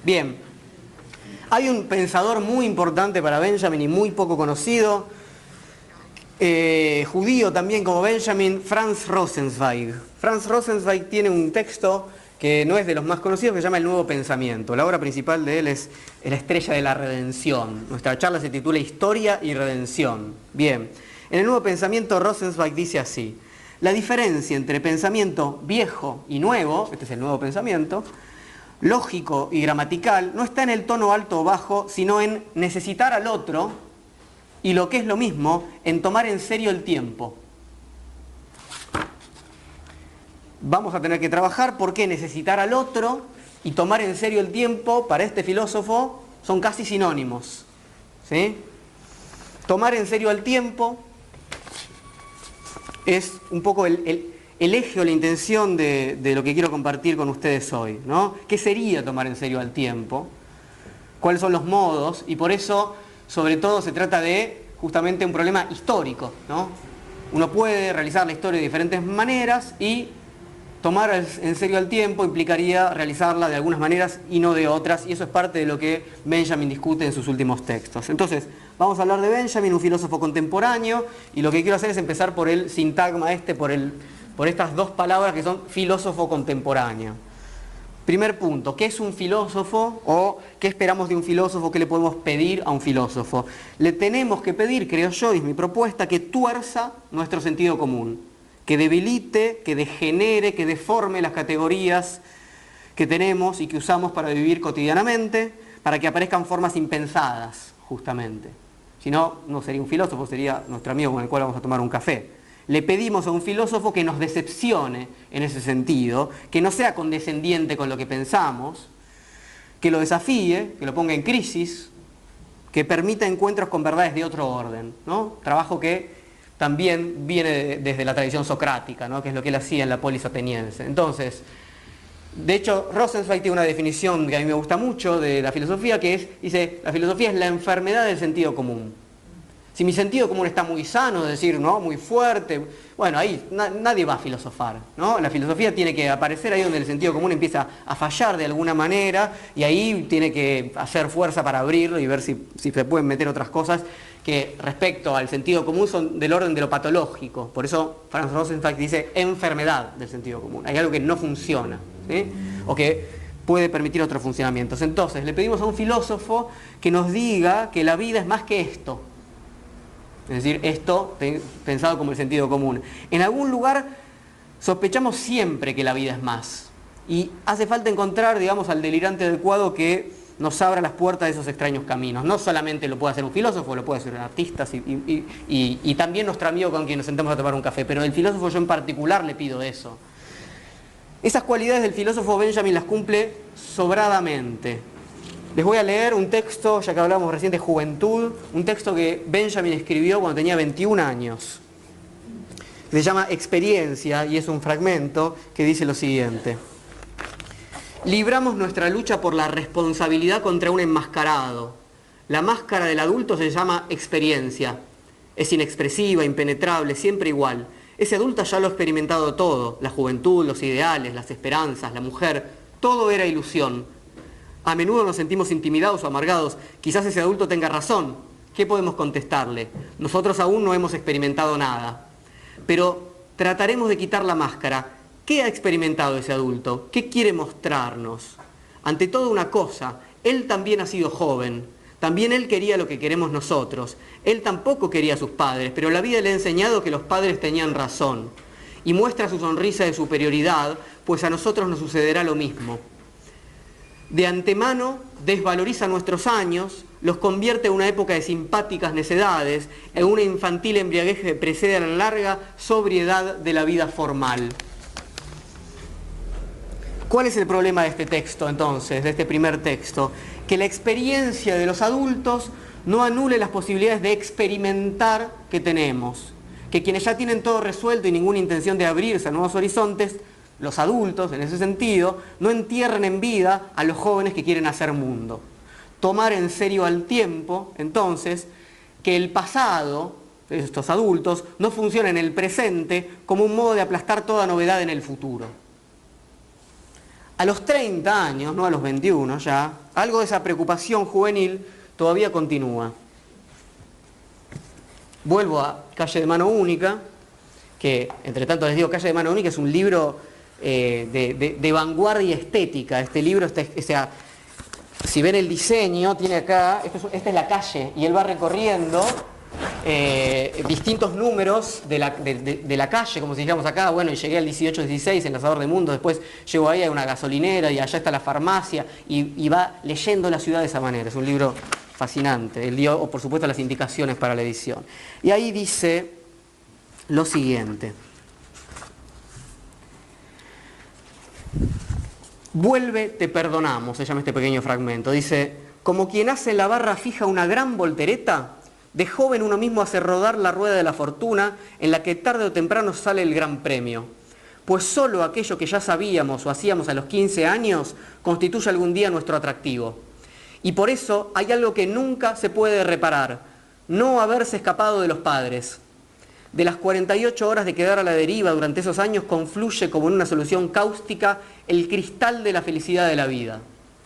Bien, hay un pensador muy importante para Benjamin y muy poco conocido, judío también como Benjamin, Franz Rosenzweig. Franz Rosenzweig tiene un texto que no es de los más conocidos, que se llama El Nuevo Pensamiento. La obra principal de él es La Estrella de la Redención. Nuestra charla se titula Historia y Redención. Bien, en El Nuevo Pensamiento Rosenzweig dice así: la diferencia entre pensamiento viejo y nuevo, este es el nuevo pensamiento, lógico y gramatical, no está en el tono alto o bajo, sino en necesitar al otro y, lo que es lo mismo, en tomar en serio el tiempo. Vamos a tener que trabajar porque necesitar al otro y tomar en serio el tiempo, para este filósofo, son casi sinónimos, ¿sí? Tomar en serio el tiempo es un poco el eje o la intención de lo que quiero compartir con ustedes hoy, ¿no? ¿Qué sería tomar en serio al tiempo? ¿Cuáles son los modos? Y por eso, sobre todo, se trata de justamente un problema histórico, ¿no? Uno puede realizar la historia de diferentes maneras y tomar en serio al tiempo implicaría realizarla de algunas maneras y no de otras, y eso es parte de lo que Benjamin discute en sus últimos textos. Entonces, vamos a hablar de Benjamin, un filósofo contemporáneo, y lo que quiero hacer es empezar por el sintagma por estas dos palabras que son filósofo contemporáneo. Primer punto, ¿qué es un filósofo? ¿O qué esperamos de un filósofo? ¿Qué le podemos pedir a un filósofo? Le tenemos que pedir, creo yo, y es mi propuesta, que tuerza nuestro sentido común, que debilite, que degenere, que deforme las categorías que tenemos y que usamos para vivir cotidianamente, para que aparezcan formas impensadas, justamente. Si no, no sería un filósofo, sería nuestro amigo con el cual vamos a tomar un café. Le pedimos a un filósofo que nos decepcione en ese sentido, que no sea condescendiente con lo que pensamos, que lo desafíe, que lo ponga en crisis, que permita encuentros con verdades de otro orden, ¿no? Trabajo que también viene desde la tradición socrática, ¿no? Que es lo que él hacía en la polis ateniense. Entonces, de hecho, Rosenzweig tiene una definición que a mí me gusta mucho de la filosofía, dice, la filosofía es la enfermedad del sentido común. Si mi sentido común está muy sano, es decir, ¿no? Muy fuerte, bueno, ahí nadie va a filosofar, ¿no? La filosofía tiene que aparecer ahí donde el sentido común empieza a fallar de alguna manera, y ahí tiene que hacer fuerza para abrirlo y ver si se pueden meter otras cosas que respecto al sentido común son del orden de lo patológico. Por eso Franz Rosenzweig dice enfermedad del sentido común. Hay algo que no funciona, ¿sí? O que puede permitir otros funcionamientos. Entonces, le pedimos a un filósofo que nos diga que la vida es más que esto. Es decir, esto pensado como el sentido común. En algún lugar sospechamos siempre que la vida es más. Y hace falta encontrar, digamos, al delirante adecuado que nos abra las puertas de esos extraños caminos. No solamente lo puede hacer un filósofo, lo puede hacer un artista y también nuestro amigo con quien nos sentamos a tomar un café. Pero el filósofo, yo en particular le pido eso. Esas cualidades del filósofo Benjamin las cumple sobradamente. Les voy a leer un texto, ya que hablamos recién de juventud, un texto que Benjamin escribió cuando tenía 21 años. Se llama Experiencia y es un fragmento que dice lo siguiente: libramos nuestra lucha por la responsabilidad contra un enmascarado. La máscara del adulto se llama experiencia. Es inexpresiva, impenetrable, siempre igual. Ese adulto ya lo ha experimentado todo: la juventud, los ideales, las esperanzas, la mujer. Todo era ilusión. A menudo nos sentimos intimidados o amargados. Quizás ese adulto tenga razón. ¿Qué podemos contestarle? Nosotros aún no hemos experimentado nada. Pero trataremos de quitar la máscara. ¿Qué ha experimentado ese adulto? ¿Qué quiere mostrarnos? Ante todo, una cosa: él también ha sido joven. También él quería lo que queremos nosotros. Él tampoco quería a sus padres, pero la vida le ha enseñado que los padres tenían razón. Y muestra su sonrisa de superioridad, pues a nosotros nos sucederá lo mismo. De antemano desvaloriza nuestros años, los convierte en una época de simpáticas necedades, en una infantil embriaguez que precede a la larga sobriedad de la vida formal. ¿Cuál es el problema de este texto, entonces, de este primer texto? Que la experiencia de los adultos no anule las posibilidades de experimentar que tenemos. Que quienes ya tienen todo resuelto y ninguna intención de abrirse a nuevos horizontes, los adultos, en ese sentido, no entierren en vida a los jóvenes que quieren hacer mundo. Tomar en serio al tiempo, entonces, que el pasado de estos adultos no funciona en el presente como un modo de aplastar toda novedad en el futuro. a los 30 años, no a los 21 ya, algo de esa preocupación juvenil todavía continúa. Vuelvo a Calle de Mano Única, que entre tanto les digo, Calle de Mano Única es un libro de vanguardia estética. Este libro, o sea, si ven el diseño, tiene acá, esta es la calle, y él va recorriendo distintos números de la calle, como si dijéramos acá, bueno, y llegué al 18-16, Enlazador de Mundos, después llego ahí a una gasolinera y allá está la farmacia, y va leyendo la ciudad de esa manera. Es un libro fascinante. Él dio, por supuesto, las indicaciones para la edición. Y ahí dice lo siguiente: vuelve, te perdonamos, se llama este pequeño fragmento. Dice: como quien hace en la barra fija una gran voltereta, de joven uno mismo hace rodar la rueda de la fortuna, en la que tarde o temprano sale el gran premio. Pues solo aquello que ya sabíamos o hacíamos a los 15 años constituye algún día nuestro atractivo. Y por eso hay algo que nunca se puede reparar: no haberse escapado de los padres. De las 48 horas de quedar a la deriva durante esos años confluye como en una solución cáustica el cristal de la felicidad de la vida.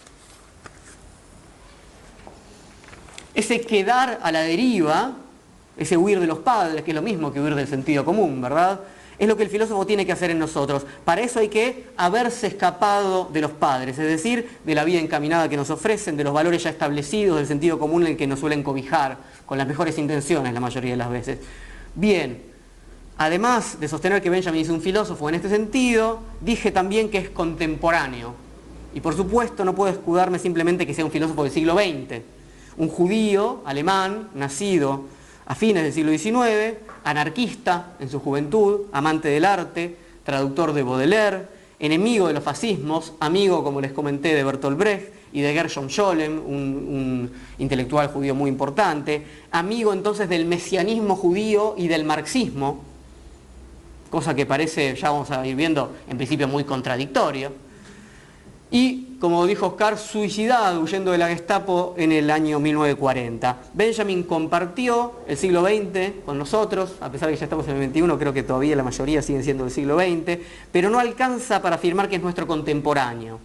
Ese quedar a la deriva, ese huir de los padres, que es lo mismo que huir del sentido común, ¿verdad?, es lo que el filósofo tiene que hacer en nosotros. Para eso hay que haberse escapado de los padres, es decir, de la vida encaminada que nos ofrecen, de los valores ya establecidos, del sentido común en el que nos suelen cobijar, con las mejores intenciones la mayoría de las veces. Bien, además de sostener que Benjamin es un filósofo en este sentido, dije también que es contemporáneo. Y por supuesto no puedo escudarme simplemente que sea un filósofo del siglo XX. Un judío alemán, nacido a fines del siglo XIX, anarquista en su juventud, amante del arte, traductor de Baudelaire, enemigo de los fascismos, amigo, como les comenté, de Bertolt Brecht y de Gershom Scholem, un intelectual judío muy importante, amigo entonces del mesianismo judío y del marxismo, cosa que parece, ya vamos a ir viendo, en principio muy contradictorio. Y, como dijo Oscar, suicidado huyendo de la Gestapo en el año 1940. Benjamin compartió el siglo XX con nosotros, a pesar de que ya estamos en el XXI, creo que todavía la mayoría siguen siendo del siglo XX, pero no alcanza para afirmar que es nuestro contemporáneo.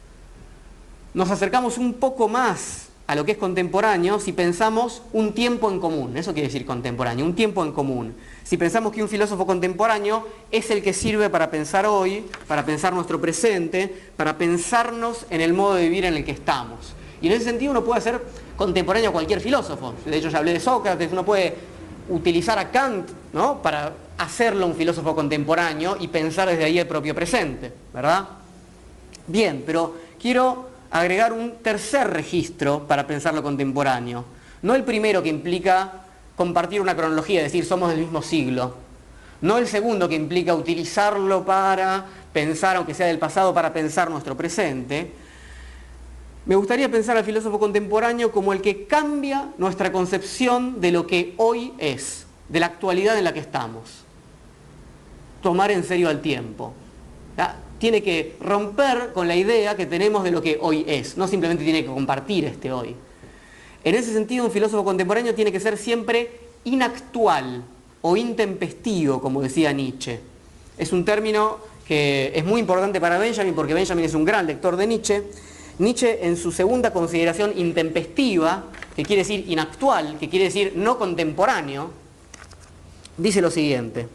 Nos acercamos un poco más a lo que es contemporáneo si pensamos un tiempo en común. Eso quiere decir contemporáneo, un tiempo en común. Si pensamos que un filósofo contemporáneo es el que sirve para pensar hoy, para pensar nuestro presente, para pensarnos en el modo de vivir en el que estamos. Y en ese sentido uno puede ser contemporáneo a cualquier filósofo. De hecho ya hablé de Sócrates, uno puede utilizar a Kant, ¿no?, para hacerlo un filósofo contemporáneo y pensar desde ahí el propio presente, ¿verdad? Bien, pero quiero agregar un tercer registro para pensar lo contemporáneo. No el primero, que implica compartir una cronología, es decir, somos del mismo siglo. No el segundo, que implica utilizarlo para pensar, aunque sea del pasado, para pensar nuestro presente. Me gustaría pensar al filósofo contemporáneo como el que cambia nuestra concepción de lo que hoy es, de la actualidad en la que estamos. Tomar en serio al tiempo. ¿Ya? Tiene que romper con la idea que tenemos de lo que hoy es, no simplemente tiene que compartir este hoy. En ese sentido, un filósofo contemporáneo tiene que ser siempre inactual o intempestivo, como decía Nietzsche. Es un término que es muy importante para Benjamin, porque Benjamin es un gran lector de Nietzsche. Nietzsche, en su segunda consideración, intempestiva, que quiere decir inactual, que quiere decir no contemporáneo, dice lo siguiente: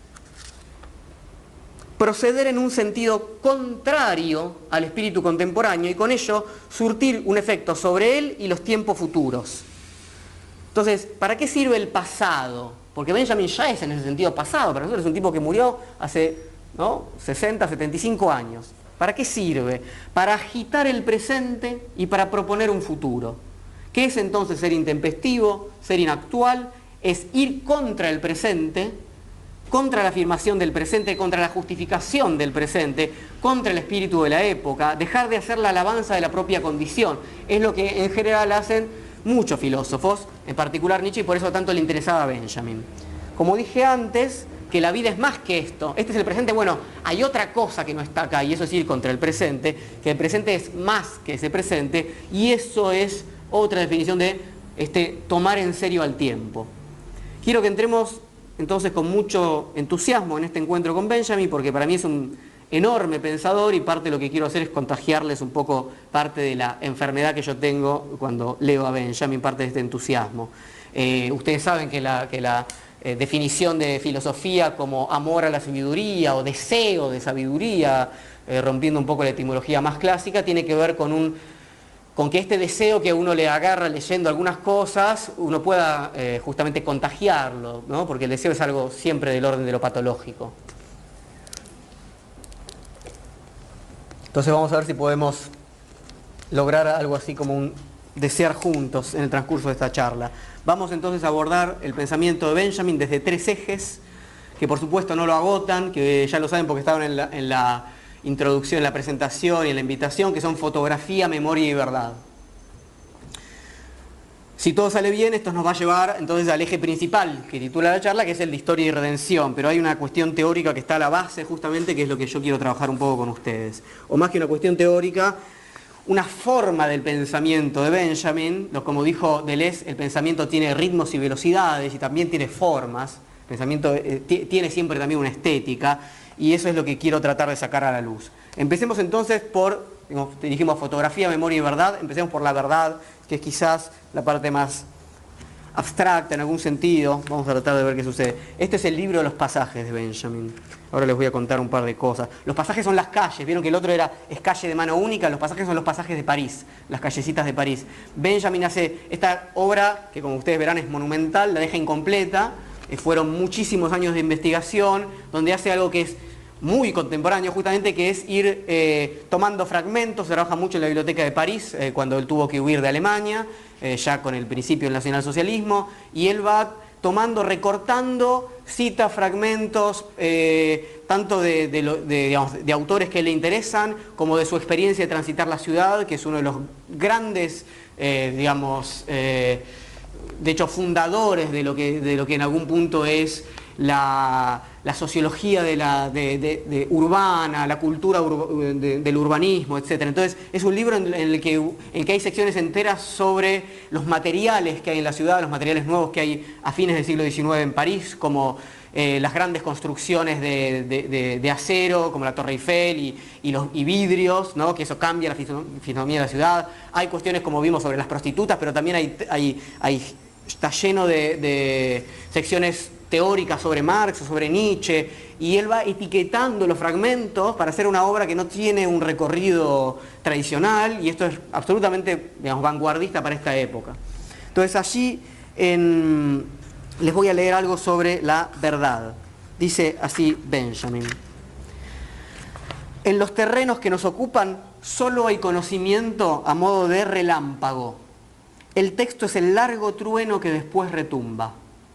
proceder en un sentido contrario al espíritu contemporáneo y con ello surtir un efecto sobre él y los tiempos futuros. Entonces, ¿para qué sirve el pasado? Porque Benjamin ya es en ese sentido pasado, para nosotros es un tipo que murió hace 60, 75 años. ¿Para qué sirve? Para agitar el presente y para proponer un futuro. ¿Qué es entonces ser intempestivo, ser inactual? Es ir contra el presente, contra la afirmación del presente, contra la justificación del presente, contra el espíritu de la época, dejar de hacer la alabanza de la propia condición. Es lo que en general hacen muchos filósofos, en particular Nietzsche, y por eso tanto le interesaba a Benjamin. Como dije antes, que la vida es más que esto. Este es el presente, bueno, hay otra cosa que no está acá, y eso es ir contra el presente, que el presente es más que ese presente, y eso es otra definición de tomar en serio al tiempo. Quiero que entremos entonces con mucho entusiasmo en este encuentro con Benjamin, porque para mí es un enorme pensador y parte de lo que quiero hacer es contagiarles un poco parte de la enfermedad que yo tengo cuando leo a Benjamin, parte de este entusiasmo. Ustedes saben que la definición de filosofía como amor a la sabiduría o deseo de sabiduría, rompiendo un poco la etimología más clásica, tiene que ver con que este deseo que uno le agarra leyendo algunas cosas, uno pueda justamente contagiarlo, ¿no? Porque el deseo es algo siempre del orden de lo patológico. Entonces vamos a ver si podemos lograr algo así como un desear juntos en el transcurso de esta charla. Vamos entonces a abordar el pensamiento de Benjamin desde 3 ejes, que por supuesto no lo agotan, que ya lo saben porque estaban en la introducción, en la presentación y en la invitación, que son fotografía, memoria y verdad. Si todo sale bien, esto nos va a llevar entonces al eje principal que titula la charla, que es el de historia y redención, pero hay una cuestión teórica que está a la base justamente, que es lo que yo quiero trabajar un poco con ustedes. O más que una cuestión teórica, una forma del pensamiento de Benjamin. Como dijo Deleuze, el pensamiento tiene ritmos y velocidades y también tiene formas. El pensamiento tiene siempre también una estética y eso es lo que quiero tratar de sacar a la luz. Empecemos entonces por, dijimos fotografía, memoria y verdad. Empecemos por la verdad, que es quizás la parte más abstracta en algún sentido. Vamos a tratar de ver qué sucede. Este es el libro de los pasajes de Benjamin. Ahora les voy a contar un par de cosas. Los pasajes son las calles. Vieron que el otro es calle de mano única. Los pasajes son los pasajes de París, las callecitas de París. Benjamin hace esta obra, que como ustedes verán es monumental, la deja incompleta. Fueron muchísimos años de investigación, donde hace algo que es muy contemporáneo, justamente, que es ir tomando fragmentos. Se trabaja mucho en la Biblioteca de París, cuando él tuvo que huir de Alemania, ya con el principio del nacionalsocialismo, y él va tomando, recortando, cita fragmentos, tanto de autores que le interesan, como de su experiencia de transitar la ciudad, que es uno de los grandes, de hecho, fundadores de lo que en algún punto es la sociología urbana, la cultura del urbanismo, etc. Entonces es un libro en el que hay secciones enteras sobre los materiales que hay en la ciudad, los materiales nuevos que hay a fines del siglo XIX en París, como las grandes construcciones de acero, como la Torre Eiffel y vidrios, ¿no? Que eso cambia la fisonomía de la ciudad. Hay cuestiones, como vimos, sobre las prostitutas, pero también está lleno de secciones teóricas sobre Marx o sobre Nietzsche, y él va etiquetando los fragmentos para hacer una obra que no tiene un recorrido tradicional, y esto es absolutamente, vanguardista para esta época. Entonces allí les voy a leer algo sobre la verdad. Dice así Benjamin: en los terrenos que nos ocupan solo hay conocimiento a modo de relámpago. El texto es el largo trueno que después retumba.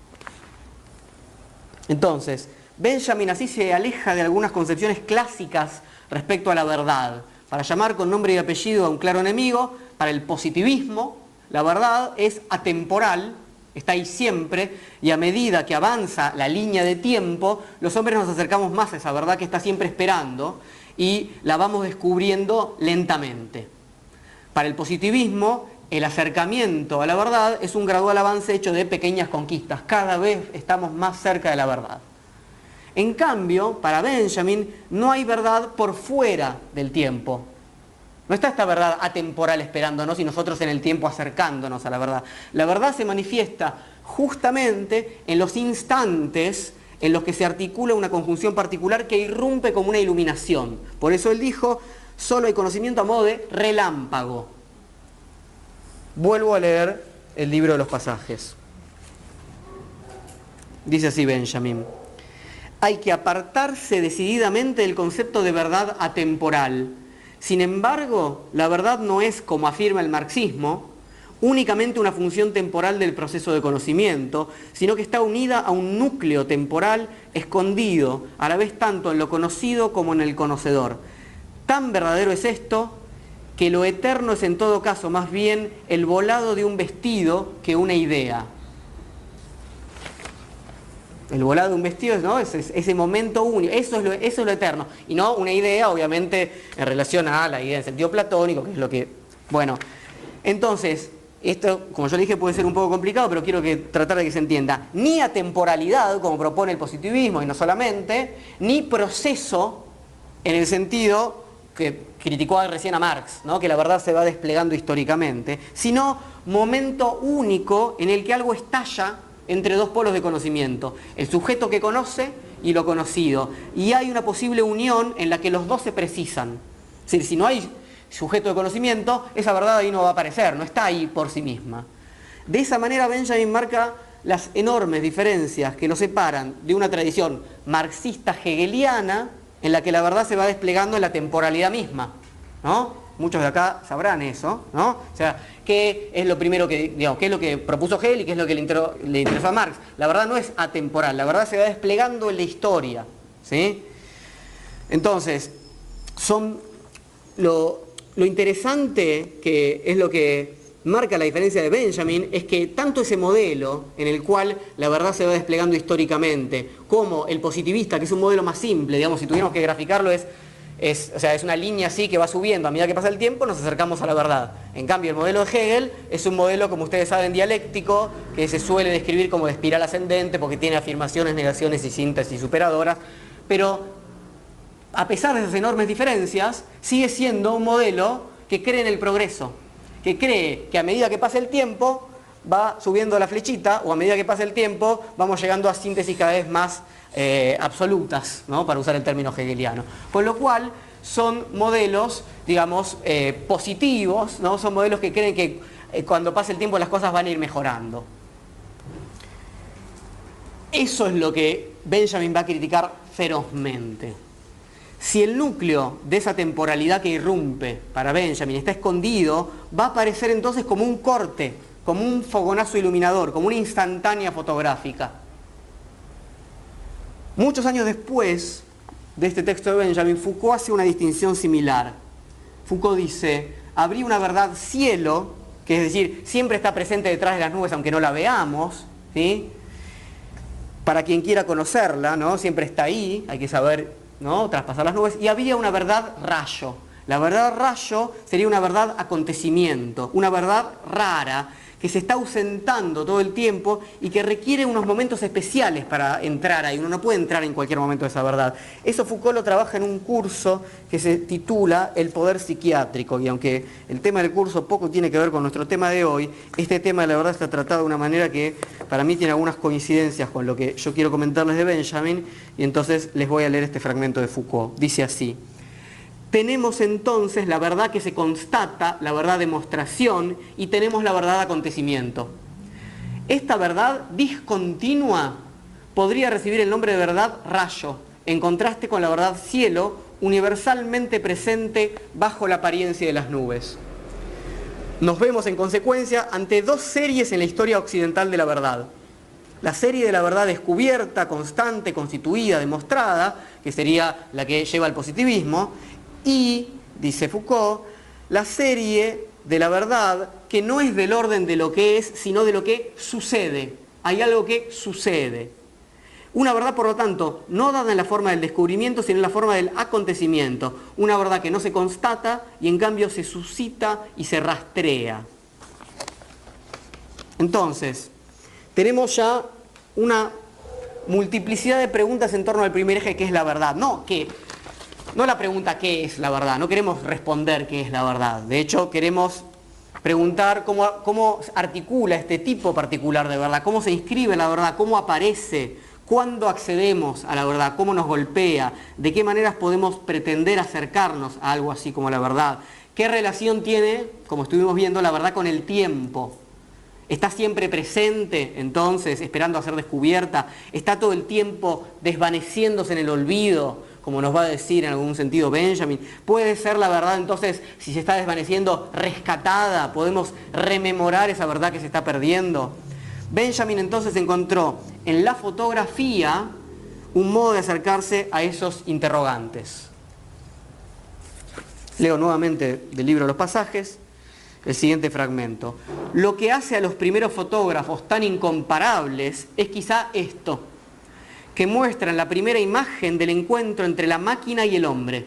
Entonces, Benjamin así se aleja de algunas concepciones clásicas respecto a la verdad, para llamar con nombre y apellido a un claro enemigo. Para el positivismo, la verdad es atemporal, está ahí siempre, y a medida que avanza la línea de tiempo, los hombres nos acercamos más a esa verdad que está siempre esperando y la vamos descubriendo lentamente. Para el positivismo, el acercamiento a la verdad es un gradual avance hecho de pequeñas conquistas. Cada vez estamos más cerca de la verdad. En cambio, para Benjamin, no hay verdad por fuera del tiempo. No está esta verdad atemporal esperándonos y nosotros en el tiempo acercándonos a la verdad. La verdad se manifiesta justamente en los instantes en los que se articula una conjunción particular que irrumpe como una iluminación. Por eso él dijo, solo hay conocimiento a modo de relámpago. Vuelvo a leer el libro de los pasajes. Dice así Benjamin: hay que apartarse decididamente del concepto de verdad atemporal. Sin embargo, la verdad no es, como afirma el marxismo, únicamente una función temporal del proceso de conocimiento, sino que está unida a un núcleo temporal escondido, a la vez tanto en lo conocido como en el conocedor. Tan verdadero es esto, que lo eterno es en todo caso más bien el volado de un vestido que una idea. El volado de un vestido, ¿no? Es ese momento único, eso es lo eterno, y no una idea, obviamente, en relación a la idea en sentido platónico, que es lo que... Bueno, entonces, esto, como yo le dije, puede ser un poco complicado, pero quiero tratar de que se entienda. Ni atemporalidad, como propone el positivismo, y no solamente, ni proceso, en el sentido que criticó recién a Marx, ¿no? Que la verdad se va desplegando históricamente, sino momento único en el que algo estalla entre dos polos de conocimiento, el sujeto que conoce y lo conocido, y hay una posible unión en la que los dos se precisan. Es decir, si no hay sujeto de conocimiento, esa verdad ahí no va a aparecer, no está ahí por sí misma. De esa manera Benjamin marca las enormes diferencias que lo separan de una tradición marxista hegeliana en la que la verdad se va desplegando en la temporalidad misma, ¿no? Muchos de acá sabrán eso, ¿no? O sea, ¿qué es lo primero que, digamos, qué es lo que propuso Hegel y qué es lo que le interesó a Marx? La verdad no es atemporal, la verdad se va desplegando en la historia, ¿sí? Entonces, lo interesante, que es lo que marca la diferencia de Benjamin, es que tanto ese modelo en el cual la verdad se va desplegando históricamente, como el positivista, que es un modelo más simple, digamos, si tuviéramos que graficarlo, es una línea así que va subiendo a medida que pasa el tiempo, nos acercamos a la verdad. En cambio, el modelo de Hegel es un modelo, como ustedes saben, dialéctico, que se suele describir como de espiral ascendente, porque tiene afirmaciones, negaciones y síntesis superadoras, pero a pesar de esas enormes diferencias, sigue siendo un modelo que cree en el progreso, que cree que a medida que pasa el tiempo va subiendo la flechita, o a medida que pasa el tiempo vamos llegando a síntesis cada vez más absolutas, ¿no? Para usar el término hegeliano. Con lo cual son modelos, digamos, positivos, ¿no? Son modelos que creen que cuando pase el tiempo las cosas van a ir mejorando. Eso es lo que Benjamin va a criticar ferozmente. Si el núcleo de esa temporalidad que irrumpe para Benjamin está escondido, va a aparecer entonces como un corte, como un fogonazo iluminador, como una instantánea fotográfica. Muchos años después de este texto de Benjamin, Foucault hace una distinción similar. Foucault dice, habría una verdad cielo, que es decir, siempre está presente detrás de las nubes aunque no la veamos, ¿sí? Para quien quiera conocerla, ¿no? Siempre está ahí, hay que saber, ¿no? Traspasar las nubes. Y había una verdad rayo. La verdad rayo sería una verdad acontecimiento, una verdad rara, que se está ausentando todo el tiempo y que requiere unos momentos especiales para entrar ahí. Uno no puede entrar en cualquier momento de esa verdad. Eso Foucault lo trabaja en un curso que se titula El poder psiquiátrico, y aunque el tema del curso poco tiene que ver con nuestro tema de hoy, este tema de la verdad está tratado de una manera que para mí tiene algunas coincidencias con lo que yo quiero comentarles de Benjamin, y entonces les voy a leer este fragmento de Foucault. Dice así: tenemos entonces la verdad que se constata, la verdad demostración, y tenemos la verdad acontecimiento. Esta verdad discontinua podría recibir el nombre de verdad rayo, en contraste con la verdad cielo, universalmente presente bajo la apariencia de las nubes. Nos vemos en consecuencia ante dos series en la historia occidental de la verdad. La serie de la verdad descubierta, constante, constituida, demostrada, que sería la que lleva al positivismo, y, dice Foucault, la serie de la verdad que no es del orden de lo que es, sino de lo que sucede. Hay algo que sucede. Una verdad, por lo tanto, no dada en la forma del descubrimiento, sino en la forma del acontecimiento. Una verdad que no se constata y en cambio se suscita y se rastrea. Entonces, tenemos ya una multiplicidad de preguntas en torno al primer eje, que es la verdad. No la pregunta ¿qué es la verdad? No queremos responder qué es la verdad. De hecho, queremos preguntar cómo articula este tipo particular de verdad, cómo se inscribe la verdad, cómo aparece, cuándo accedemos a la verdad, cómo nos golpea, de qué maneras podemos pretender acercarnos a algo así como la verdad. ¿Qué relación tiene, como estuvimos viendo, la verdad con el tiempo? ¿Está siempre presente, entonces, esperando a ser descubierta? ¿Está todo el tiempo desvaneciéndose en el olvido, como nos va a decir en algún sentido Benjamin? ¿Puede ser la verdad, entonces, si se está desvaneciendo, rescatada? ¿Podemos rememorar esa verdad que se está perdiendo? Benjamin entonces encontró en la fotografía un modo de acercarse a esos interrogantes. Leo nuevamente del libro Los Pasajes el siguiente fragmento. Lo que hace a los primeros fotógrafos tan incomparables es quizá esto, que muestran la primera imagen del encuentro entre la máquina y el hombre.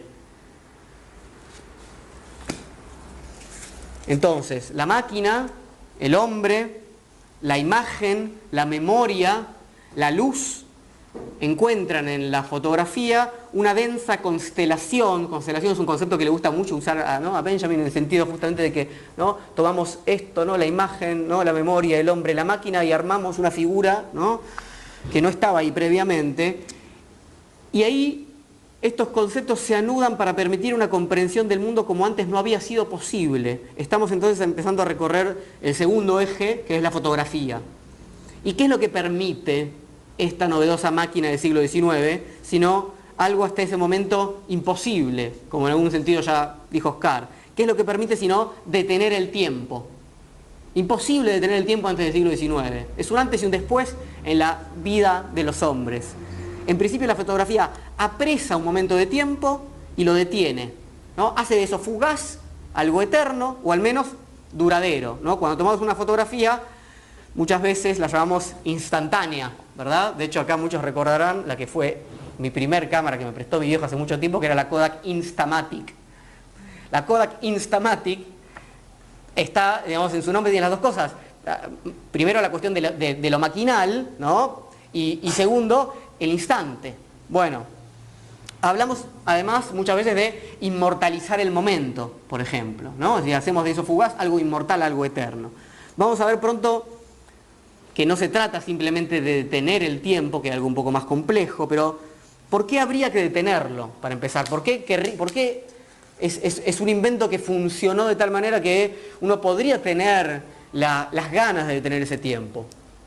Entonces, la máquina, el hombre, la imagen, la memoria, la luz, encuentran en la fotografía una densa constelación. Constelación es un concepto que le gusta mucho usar a Benjamin, en el sentido justamente de que, ¿no?, tomamos esto, ¿no?, la imagen, ¿no?, la memoria, el hombre, la máquina, y armamos una figura, ¿no?, que no estaba ahí previamente. Y ahí estos conceptos se anudan para permitir una comprensión del mundo como antes no había sido posible. Estamos entonces empezando a recorrer el segundo eje, que es la fotografía. ¿Y qué es lo que permite esta novedosa máquina del siglo XIX, sino algo hasta ese momento imposible, como en algún sentido ya dijo Oscar? ¿Qué es lo que permite sino detener el tiempo? Imposible detener el tiempo antes del siglo XIX. Es un antes y un después en la vida de los hombres. En principio la fotografía apresa un momento de tiempo y lo detiene, ¿no? Hace de eso fugaz algo eterno, o al menos duradero, ¿no? Cuando tomamos una fotografía, muchas veces la llamamos instantánea, ¿verdad? De hecho, acá muchos recordarán la que fue mi primer cámara que me prestó mi viejo hace mucho tiempo, que era la Kodak Instamatic. La Kodak Instamatic está, digamos, en su nombre tiene las dos cosas. Primero la cuestión de lo maquinal, ¿no? Y segundo, el instante. Bueno, hablamos además muchas veces de inmortalizar el momento, por ejemplo, ¿no? Si hacemos de eso fugaz algo inmortal, algo eterno. Vamos a ver pronto que no se trata simplemente de detener el tiempo, que es algo un poco más complejo, pero ¿por qué habría que detenerlo, para empezar? ¿Por qué es un invento que funcionó de tal manera que uno podría tener las ganas de detener ese tiempo?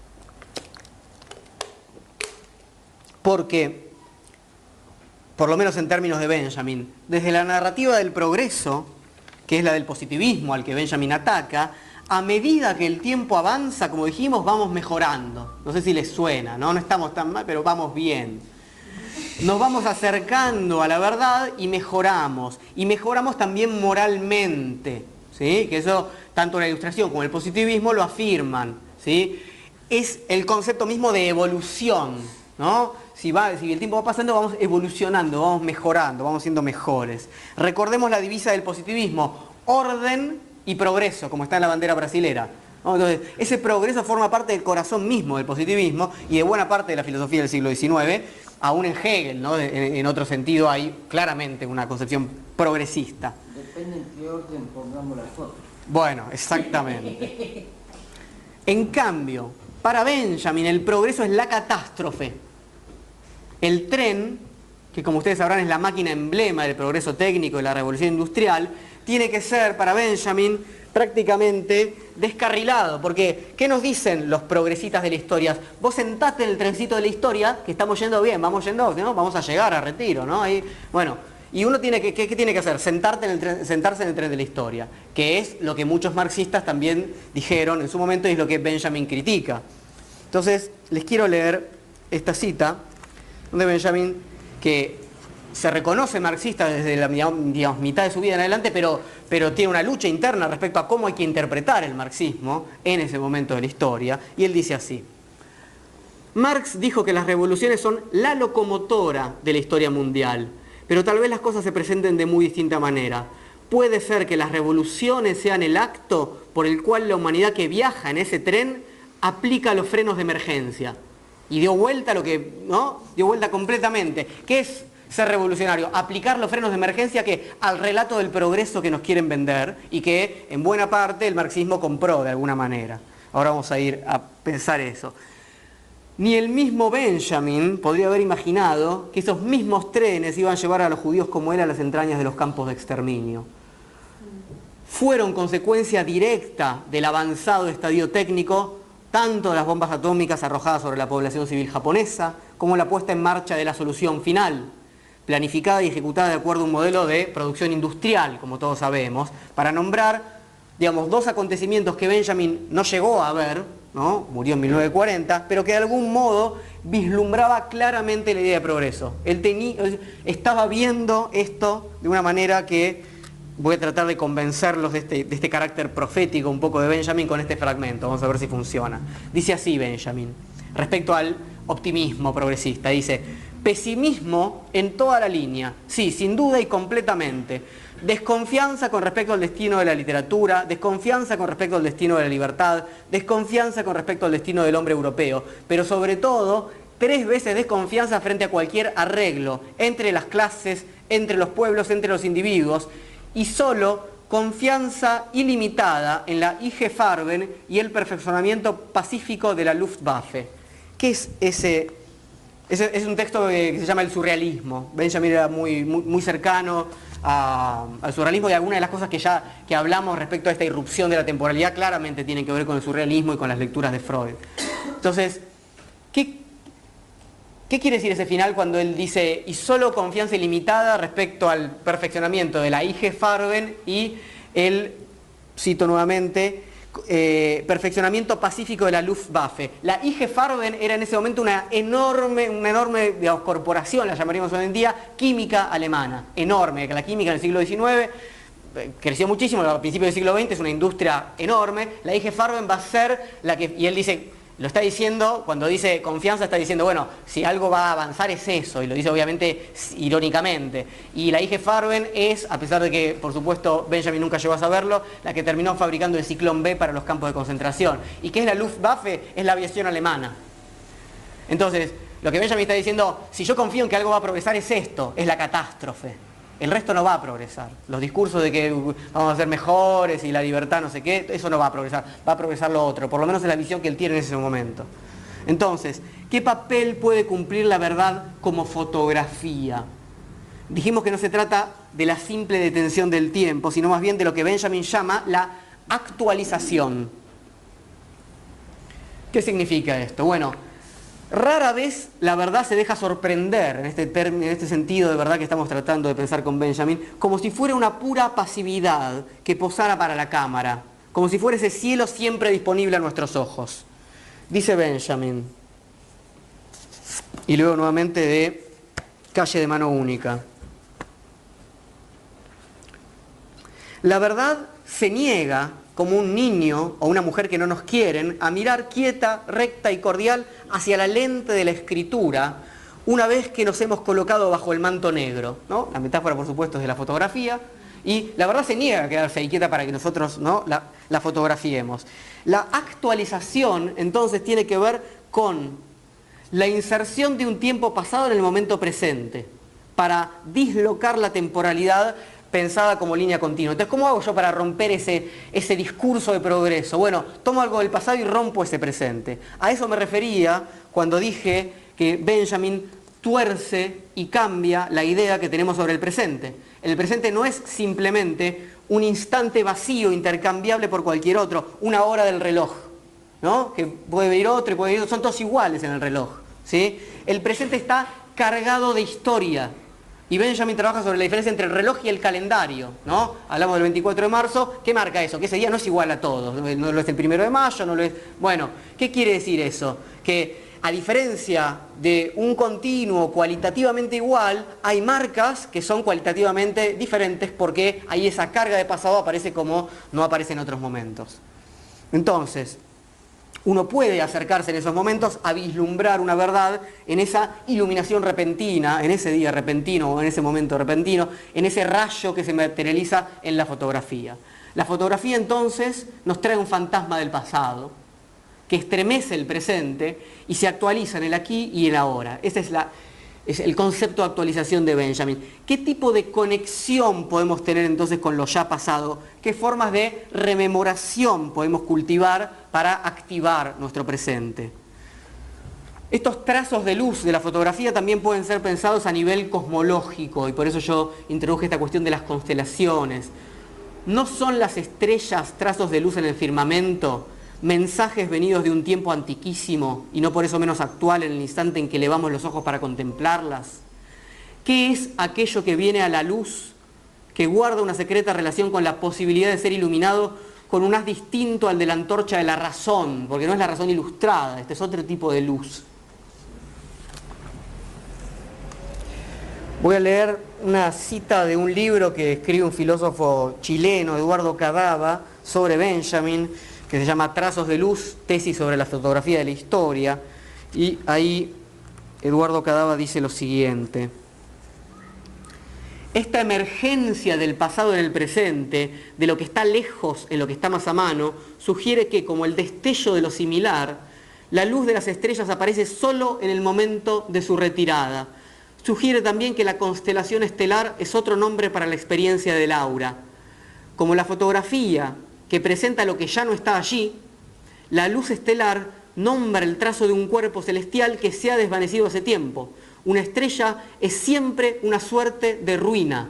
Porque, por lo menos en términos de Benjamin, desde la narrativa del progreso, que es la del positivismo al que Benjamin ataca, a medida que el tiempo avanza, como dijimos, vamos mejorando. No sé si les suena, ¿no? No estamos tan mal, pero vamos bien. Nos vamos acercando a la verdad y mejoramos. Y mejoramos también moralmente, ¿sí? Que eso, tanto la Ilustración como el positivismo lo afirman, ¿sí? Es el concepto mismo de evolución, ¿no? Si el tiempo va pasando, vamos evolucionando, vamos mejorando, vamos siendo mejores. Recordemos la divisa del positivismo: orden y progreso, como está en la bandera brasilera, ¿no? Entonces, ese progreso forma parte del corazón mismo del positivismo y de buena parte de la filosofía del siglo XIX. Aún en Hegel, ¿no?, en otro sentido, hay claramente una concepción progresista. Depende en qué orden pongamos las fotos. Bueno, exactamente. En cambio, para Benjamin el progreso es la catástrofe. El tren, que como ustedes sabrán es la máquina emblema del progreso técnico y la revolución industrial, tiene que ser para Benjamin prácticamente descarrilado, porque ¿qué nos dicen los progresistas de la historia? Vos sentate en el trencito de la historia, que estamos yendo bien, vamos yendo, ¿no?, vamos a llegar a retiro, ¿no? Ahí, bueno, y uno tiene que, ¿qué tiene que hacer? Sentarse en el tren de la historia, que es lo que muchos marxistas también dijeron en su momento y es lo que Benjamin critica. Entonces, les quiero leer esta cita de Benjamin, que se reconoce marxista desde la, digamos, mitad de su vida en adelante, pero tiene una lucha interna respecto a cómo hay que interpretar el marxismo en ese momento de la historia, y él dice así: Marx dijo que las revoluciones son la locomotora de la historia mundial, pero tal vez las cosas se presenten de muy distinta manera. Puede ser que las revoluciones sean el acto por el cual la humanidad que viaja en ese tren aplica los frenos de emergencia. Y dio vuelta lo que, ¿no? Dio vuelta completamente. ¿Qué es ser revolucionario? Aplicar los frenos de emergencia que al relato del progreso que nos quieren vender y que en buena parte el marxismo compró de alguna manera. Ahora vamos a ir a pensar eso. Ni el mismo Benjamin podría haber imaginado que esos mismos trenes iban a llevar a los judíos como él a las entrañas de los campos de exterminio. Fueron consecuencia directa del avanzado estadio técnico tanto las bombas atómicas arrojadas sobre la población civil japonesa, como la puesta en marcha de la solución final, planificada y ejecutada de acuerdo a un modelo de producción industrial, como todos sabemos, para nombrar, digamos, dos acontecimientos que Benjamin no llegó a ver, ¿no? Murió en 1940, pero que de algún modo vislumbraba claramente la idea de progreso. Él estaba viendo esto de una manera que voy a tratar de convencerlos de este carácter profético un poco de Benjamin con este fragmento. Vamos a ver si funciona. Dice así Benjamin, respecto al optimismo progresista. Dice: pesimismo en toda la línea, sí, sin duda y completamente. Desconfianza con respecto al destino de la literatura, desconfianza con respecto al destino de la libertad, desconfianza con respecto al destino del hombre europeo, pero sobre todo 3 veces desconfianza frente a cualquier arreglo entre las clases, entre los pueblos, entre los individuos, y solo confianza ilimitada en la IG Farben y el perfeccionamiento pacífico de la Luftwaffe. ¿Qué es ese? Es un texto que se llama el surrealismo. Benjamin era muy cercano al surrealismo, y algunas de las cosas que hablamos respecto a esta irrupción de la temporalidad claramente tienen que ver con el surrealismo y con las lecturas de Freud. Entonces, ¿qué quiere decir ese final cuando él dice y solo confianza ilimitada respecto al perfeccionamiento de la IG Farben y el, cito nuevamente, perfeccionamiento pacífico de la Luftwaffe? La IG Farben era en ese momento una enorme digamos, corporación, la llamaríamos hoy en día, química alemana, enorme, que la química en el siglo XIX creció muchísimo, a principios del siglo XX es una industria enorme. La IG Farben va a ser la que, y él dice, lo está diciendo, cuando dice confianza está diciendo, bueno, si algo va a avanzar es eso, y lo dice obviamente irónicamente. Y la IG Farben es, a pesar de que por supuesto Benjamin nunca llegó a saberlo, la que terminó fabricando el Ciclón B para los campos de concentración. ¿Y qué es la Luftwaffe? Es la aviación alemana. Entonces, lo que Benjamin está diciendo, si yo confío en que algo va a progresar es esto, es la catástrofe. El resto no va a progresar. Los discursos de que vamos a ser mejores y la libertad no sé qué, eso no va a progresar. Va a progresar lo otro, por lo menos es la visión que él tiene en ese momento. Entonces, ¿qué papel puede cumplir la verdad como fotografía? Dijimos que no se trata de la simple detención del tiempo, sino más bien de lo que Benjamin llama la actualización. ¿Qué significa esto? Bueno, rara vez la verdad se deja sorprender, en este sentido de verdad que estamos tratando de pensar con Benjamin, como si fuera una pura pasividad que posara para la cámara, como si fuera ese cielo siempre disponible a nuestros ojos. Dice Benjamin, y luego nuevamente de Calle de Mano Única. La verdad se niega, como un niño o una mujer que no nos quieren, a mirar quieta, recta y cordial hacia la lente de la escritura, una vez que nos hemos colocado bajo el manto negro, ¿no? La metáfora, por supuesto, es de la fotografía, y la verdad se niega a quedarse ahí quieta para que nosotros, ¿no?, la fotografiemos. La actualización, entonces, tiene que ver con la inserción de un tiempo pasado en el momento presente, para dislocar la temporalidad pensada como línea continua. Entonces, ¿cómo hago yo para romper ese discurso de progreso? Bueno, tomo algo del pasado y rompo ese presente. A eso me refería cuando dije que Benjamin tuerce y cambia la idea que tenemos sobre el presente. El presente no es simplemente un instante vacío intercambiable por cualquier otro, una hora del reloj, ¿no? Que puede venir otro y puede venir otro, son todos iguales en el reloj, ¿sí? El presente está cargado de historia. Y Benjamin trabaja sobre la diferencia entre el reloj y el calendario, ¿no? Hablamos del 24 de marzo, ¿qué marca eso? Que ese día no es igual a todos, no lo es el 1 de mayo, no lo es... Bueno, ¿qué quiere decir eso? Que a diferencia de un continuo cualitativamente igual, hay marcas que son cualitativamente diferentes porque ahí esa carga de pasado aparece como no aparece en otros momentos. Entonces, uno puede acercarse en esos momentos a vislumbrar una verdad en esa iluminación repentina, en ese día repentino o en ese momento repentino, en ese rayo que se materializa en la fotografía. La fotografía entonces nos trae un fantasma del pasado que estremece el presente y se actualiza en el aquí y el ahora. Ese es el concepto de actualización de Benjamin. ¿Qué tipo de conexión podemos tener entonces con lo ya pasado? ¿Qué formas de rememoración podemos cultivar para activar nuestro presente? Estos trazos de luz de la fotografía también pueden ser pensados a nivel cosmológico, y por eso yo introduje esta cuestión de las constelaciones. ¿No son las estrellas trazos de luz en el firmamento, mensajes venidos de un tiempo antiquísimo y no por eso menos actual en el instante en que elevamos los ojos para contemplarlas? ¿Qué es aquello que viene a la luz, que guarda una secreta relación con la posibilidad de ser iluminado con un haz distinto al de la antorcha de la razón? Porque no es la razón ilustrada, este es otro tipo de luz. Voy a leer una cita de un libro que escribe un filósofo chileno, Eduardo Cadava, sobre Benjamin, que se llama Trazos de Luz, tesis sobre la fotografía de la historia, y ahí Eduardo Cadava dice lo siguiente: esta emergencia del pasado en el presente, de lo que está lejos en lo que está más a mano, sugiere que, como el destello de lo similar, La luz de las estrellas aparece solo en el momento de su retirada. Sugiere también que la constelación estelar es otro nombre para la experiencia del aura. Como la fotografía que presenta lo que ya no está allí, la luz estelar nombra el trazo de un cuerpo celestial que se ha desvanecido hace tiempo. Una estrella es siempre una suerte de ruina.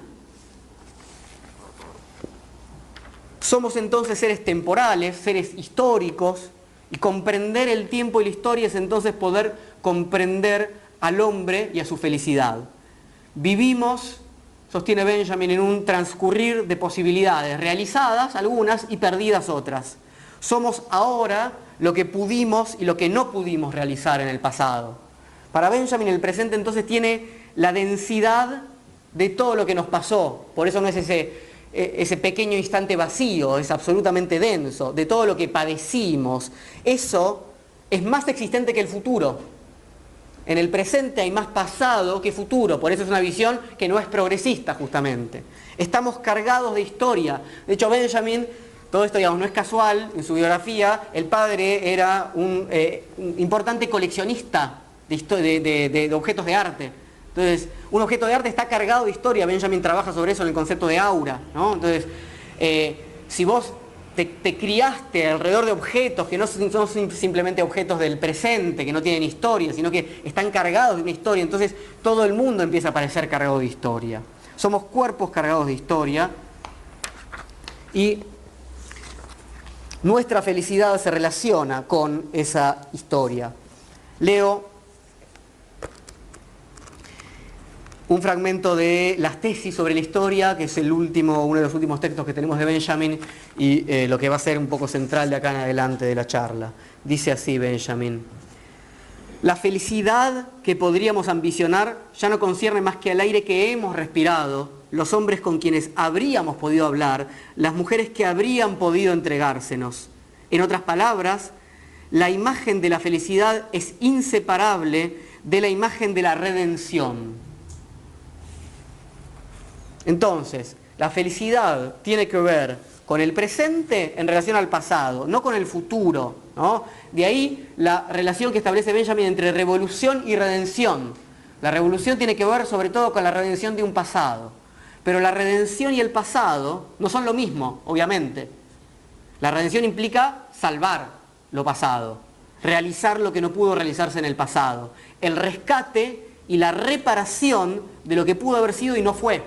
Somos entonces seres temporales, seres históricos, y comprender el tiempo y la historia es entonces poder comprender al hombre y a su felicidad. Vivimos, sostiene Benjamin, en un transcurrir de posibilidades, realizadas algunas y perdidas otras. Somos ahora lo que pudimos y lo que no pudimos realizar en el pasado. Para Benjamin el presente entonces tiene la densidad de todo lo que nos pasó, por eso no es ese pequeño instante vacío, es absolutamente denso, de todo lo que padecimos. Eso es más existente que el futuro. En el presente hay más pasado que futuro, por eso es una visión que no es progresista justamente. Estamos cargados de historia. De hecho, Benjamin, todo esto digamos, no es casual, en su biografía, el padre era un importante coleccionista de objetos de arte. Entonces, un objeto de arte está cargado de historia. Benjamin trabaja sobre eso en el concepto de aura, ¿no? Entonces, si vos te criaste alrededor de objetos que no son simplemente objetos del presente, que no tienen historia, sino que están cargados de una historia, entonces todo el mundo empieza a parecer cargado de historia. Somos cuerpos cargados de historia y nuestra felicidad se relaciona con esa historia. Leo un fragmento de las tesis sobre la historia, que es uno de los últimos textos que tenemos de Benjamin y lo que va a ser un poco central de acá en adelante de la charla. Dice así Benjamin: la felicidad que podríamos ambicionar ya no concierne más que al aire que hemos respirado, los hombres con quienes habríamos podido hablar, las mujeres que habrían podido entregársenos. En otras palabras, la imagen de la felicidad es inseparable de la imagen de la redención. Entonces, la felicidad tiene que ver con el presente en relación al pasado, no con el futuro, ¿no? De ahí la relación que establece Benjamin entre revolución y redención. La revolución tiene que ver sobre todo con la redención de un pasado, pero la redención y el pasado no son lo mismo, obviamente. La redención implica salvar lo pasado, realizar lo que no pudo realizarse en el pasado, el rescate y la reparación de lo que pudo haber sido y no fue.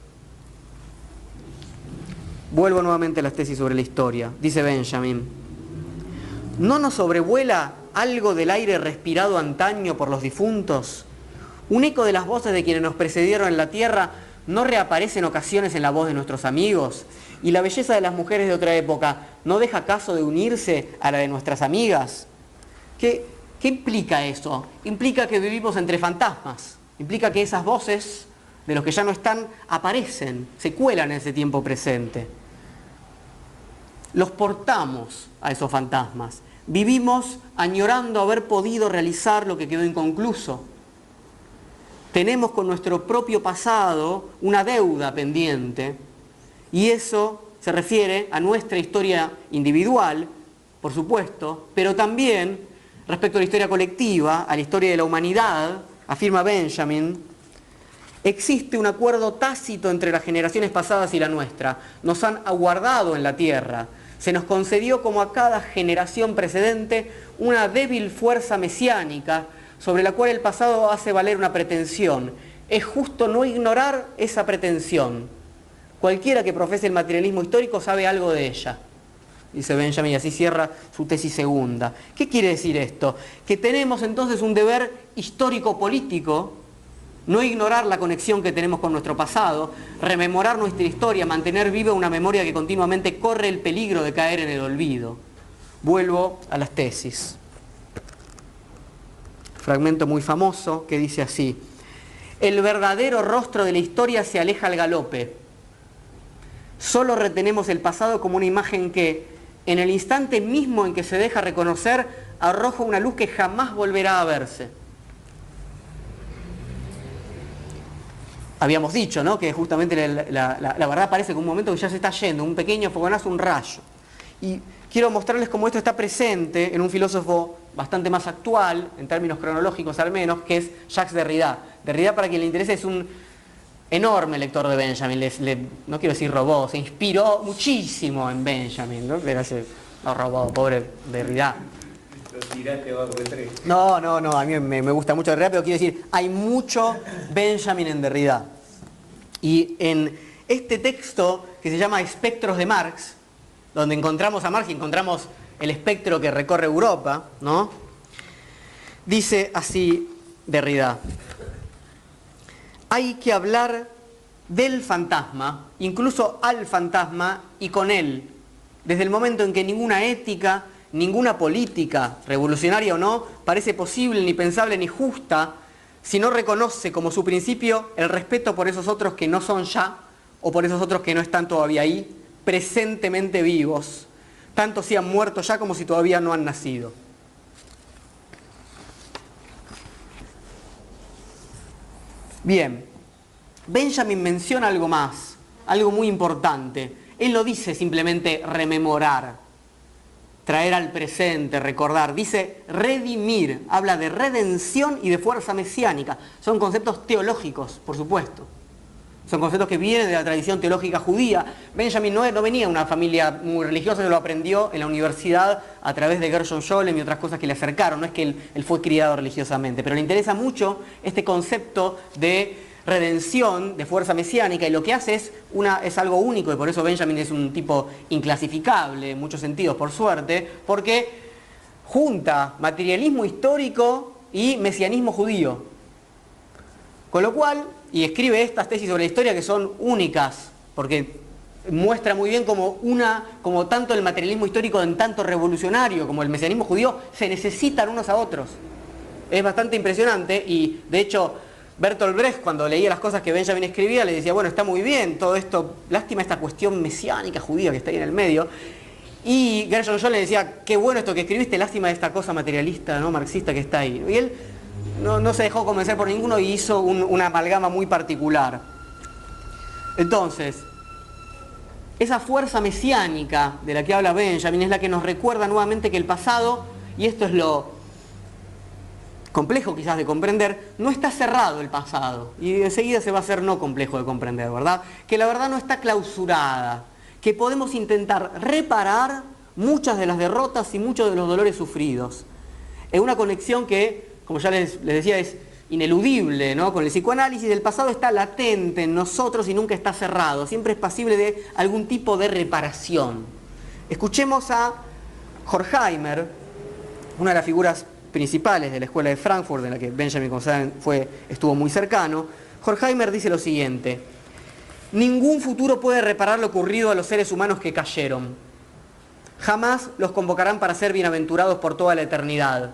Vuelvo nuevamente a las tesis sobre la historia. Dice Benjamin: ¿no nos sobrevuela algo del aire respirado antaño por los difuntos? Un eco de las voces de quienes nos precedieron en la tierra no reaparece en ocasiones en la voz de nuestros amigos. Y la belleza de las mujeres de otra época no deja caso de unirse a la de nuestras amigas. ¿Qué implica eso? Implica que vivimos entre fantasmas. Implica que esas voces de los que ya no están aparecen, se cuelan en ese tiempo presente. Los portamos a esos fantasmas. Vivimos añorando haber podido realizar lo que quedó inconcluso. Tenemos con nuestro propio pasado una deuda pendiente y eso se refiere a nuestra historia individual, por supuesto, pero también respecto a la historia colectiva, a la historia de la humanidad, afirma Benjamin. Existe un acuerdo tácito entre las generaciones pasadas y la nuestra. Nos han aguardado en la tierra. Se nos concedió como a cada generación precedente una débil fuerza mesiánica sobre la cual el pasado hace valer una pretensión. Es justo no ignorar esa pretensión. Cualquiera que profese el materialismo histórico sabe algo de ella. Dice Benjamin, y así cierra su tesis segunda. ¿Qué quiere decir esto? Que tenemos entonces un deber histórico-político, no ignorar la conexión que tenemos con nuestro pasado, rememorar nuestra historia, mantener viva una memoria que continuamente corre el peligro de caer en el olvido. Vuelvo a las tesis. Fragmento muy famoso que dice así: el verdadero rostro de la historia se aleja al galope. Solo retenemos el pasado como una imagen que, en el instante mismo en que se deja reconocer, arroja una luz que jamás volverá a verse. Habíamos dicho, ¿no?, que justamente la verdad parece que un momento que ya se está yendo, un pequeño fogonazo, un rayo. Y quiero mostrarles cómo esto está presente en un filósofo bastante más actual, en términos cronológicos al menos, que es Jacques Derrida. Derrida, para quien le interese, es un enorme lector de Benjamin. No quiero decir robó, se inspiró muchísimo en Benjamin, ¿no? Pero lo robó, pobre Derrida. No, a mí me gusta mucho Derrida, pero quiero decir, hay mucho Benjamin en Derrida. Y en este texto que se llama Espectros de Marx, donde encontramos a Marx y encontramos el espectro que recorre Europa, ¿no? Dice así Derrida: hay que hablar del fantasma, incluso al fantasma y con él, desde el momento en que ninguna ética, ninguna política, revolucionaria o no, parece posible, ni pensable, ni justa, si no reconoce como su principio el respeto por esos otros que no son ya, o por esos otros que no están todavía ahí, presentemente vivos, tanto si han muerto ya como si todavía no han nacido. Bien, Benjamin menciona algo más, algo muy importante. Él no dice simplemente rememorar, traer al presente, recordar. Dice redimir, habla de redención y de fuerza mesiánica. Son conceptos teológicos, por supuesto. Son conceptos que vienen de la tradición teológica judía. Benjamin no venía de una familia muy religiosa, se lo aprendió en la universidad a través de Gershom Scholem y otras cosas que le acercaron. No es que él fue criado religiosamente, pero le interesa mucho este concepto de redención, de fuerza mesiánica, y lo que hace es algo único, y por eso Benjamin es un tipo inclasificable en muchos sentidos, por suerte, porque junta materialismo histórico y mesianismo judío. Con lo cual, y escribe estas tesis sobre la historia que son únicas, porque muestra muy bien como tanto el materialismo histórico en tanto revolucionario como el mesianismo judío se necesitan unos a otros. Es bastante impresionante, y de hecho Bertolt Brecht, cuando leía las cosas que Benjamin escribía, le decía, bueno, está muy bien todo esto, lástima esta cuestión mesiánica judía que está ahí en el medio. Y Gershom Scholem le decía, qué bueno esto que escribiste, lástima de esta cosa materialista, ¿no?, marxista que está ahí. Y él no se dejó convencer por ninguno y hizo una amalgama muy particular. Entonces, esa fuerza mesiánica de la que habla Benjamin es la que nos recuerda nuevamente que el pasado, y esto es lo complejo quizás de comprender, no está cerrado el pasado, y enseguida se va a hacer no complejo de comprender, ¿verdad? Que la verdad no está clausurada, que podemos intentar reparar muchas de las derrotas y muchos de los dolores sufridos. Es una conexión que, como ya les decía, es ineludible, ¿no? Con el psicoanálisis, el pasado está latente en nosotros y nunca está cerrado, siempre es pasible de algún tipo de reparación. Escuchemos a Horkheimer, una de las figuras principales de la escuela de Frankfurt, de la que Benjamin, como saben, estuvo muy cercano. Horkheimer dice lo siguiente: ningún futuro puede reparar lo ocurrido a los seres humanos que cayeron. Jamás los convocarán para ser bienaventurados por toda la eternidad.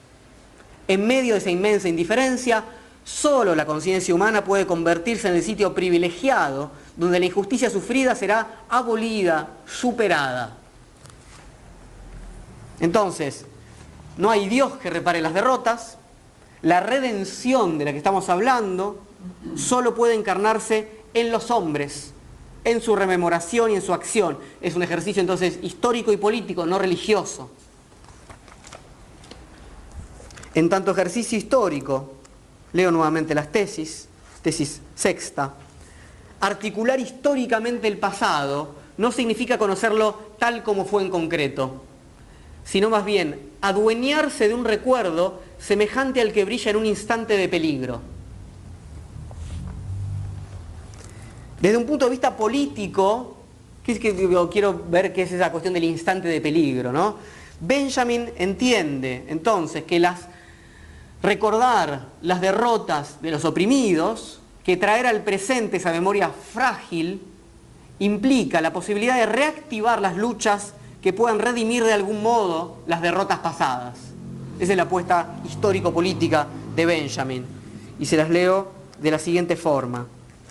En medio de esa inmensa indiferencia, solo la conciencia humana puede convertirse en el sitio privilegiado donde la injusticia sufrida será abolida, superada. Entonces, no hay Dios que repare las derrotas. La redención de la que estamos hablando solo puede encarnarse en los hombres, en su rememoración y en su acción. Es un ejercicio entonces histórico y político, no religioso. En tanto ejercicio histórico, leo nuevamente las tesis sexta, articular históricamente el pasado no significa conocerlo tal como fue en concreto, sino más bien adueñarse de un recuerdo semejante al que brilla en un instante de peligro. Desde un punto de vista político, quiero ver qué es esa cuestión del instante de peligro, ¿no? Benjamin entiende entonces que recordar las derrotas de los oprimidos, que traer al presente esa memoria frágil, implica la posibilidad de reactivar las luchas que puedan redimir de algún modo las derrotas pasadas. Esa es la apuesta histórico-política de Benjamin. Y se las leo de la siguiente forma: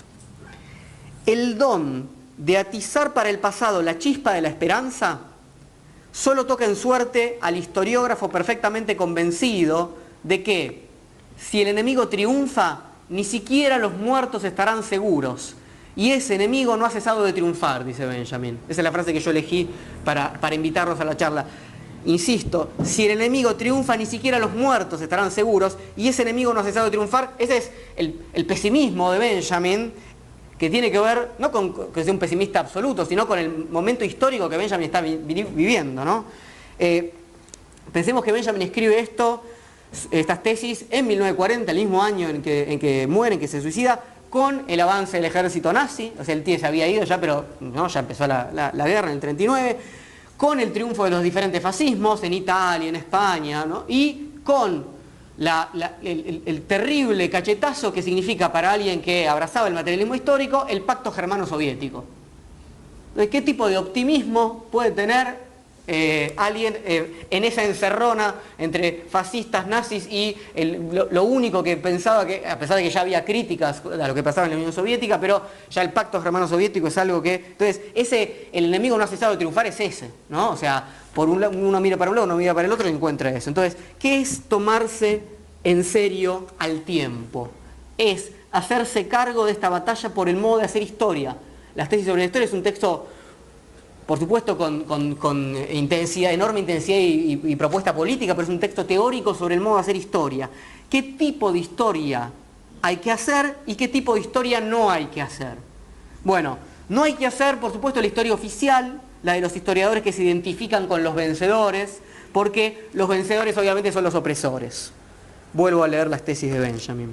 el don de atizar para el pasado la chispa de la esperanza solo toca en suerte al historiógrafo perfectamente convencido de que, si el enemigo triunfa, ni siquiera los muertos estarán seguros, y ese enemigo no ha cesado de triunfar, dice Benjamin. Esa es la frase que yo elegí para invitarlos a la charla. Insisto, si el enemigo triunfa, ni siquiera los muertos estarán seguros, y ese enemigo no ha cesado de triunfar. Ese es el pesimismo de Benjamin, que tiene que ver, no con que sea un pesimista absoluto, sino con el momento histórico que Benjamin está viviendo, ¿no? Pensemos que Benjamin escribe estas tesis en 1940, el mismo año en que muere, en que se suicida, con el avance del ejército nazi. O sea, el tío se había ido ya, pero ¿no? Ya empezó la guerra en el 39, con el triunfo de los diferentes fascismos en Italia, en España, ¿no? Y con el terrible cachetazo que significa para alguien que abrazaba el materialismo histórico el pacto germano-soviético. Entonces, ¿qué tipo de optimismo puede tener alguien en esa encerrona entre fascistas, nazis y lo único que pensaba, que a pesar de que ya había críticas a lo que pasaba en la Unión Soviética, pero ya el pacto germano-soviético es algo que... Entonces, el enemigo no ha cesado de triunfar, es ese, ¿no? O sea, por un lado, uno mira para un lado, uno mira para el otro y encuentra eso. Entonces, ¿qué es tomarse en serio al tiempo? Es hacerse cargo de esta batalla por el modo de hacer historia. Las tesis sobre la historia es un texto, por supuesto, con intensidad, enorme intensidad y propuesta política, pero es un texto teórico sobre el modo de hacer historia. ¿Qué tipo de historia hay que hacer y qué tipo de historia no hay que hacer? Bueno, no hay que hacer, por supuesto, la historia oficial, la de los historiadores que se identifican con los vencedores, porque los vencedores obviamente son los opresores. Vuelvo a leer las tesis de Benjamin.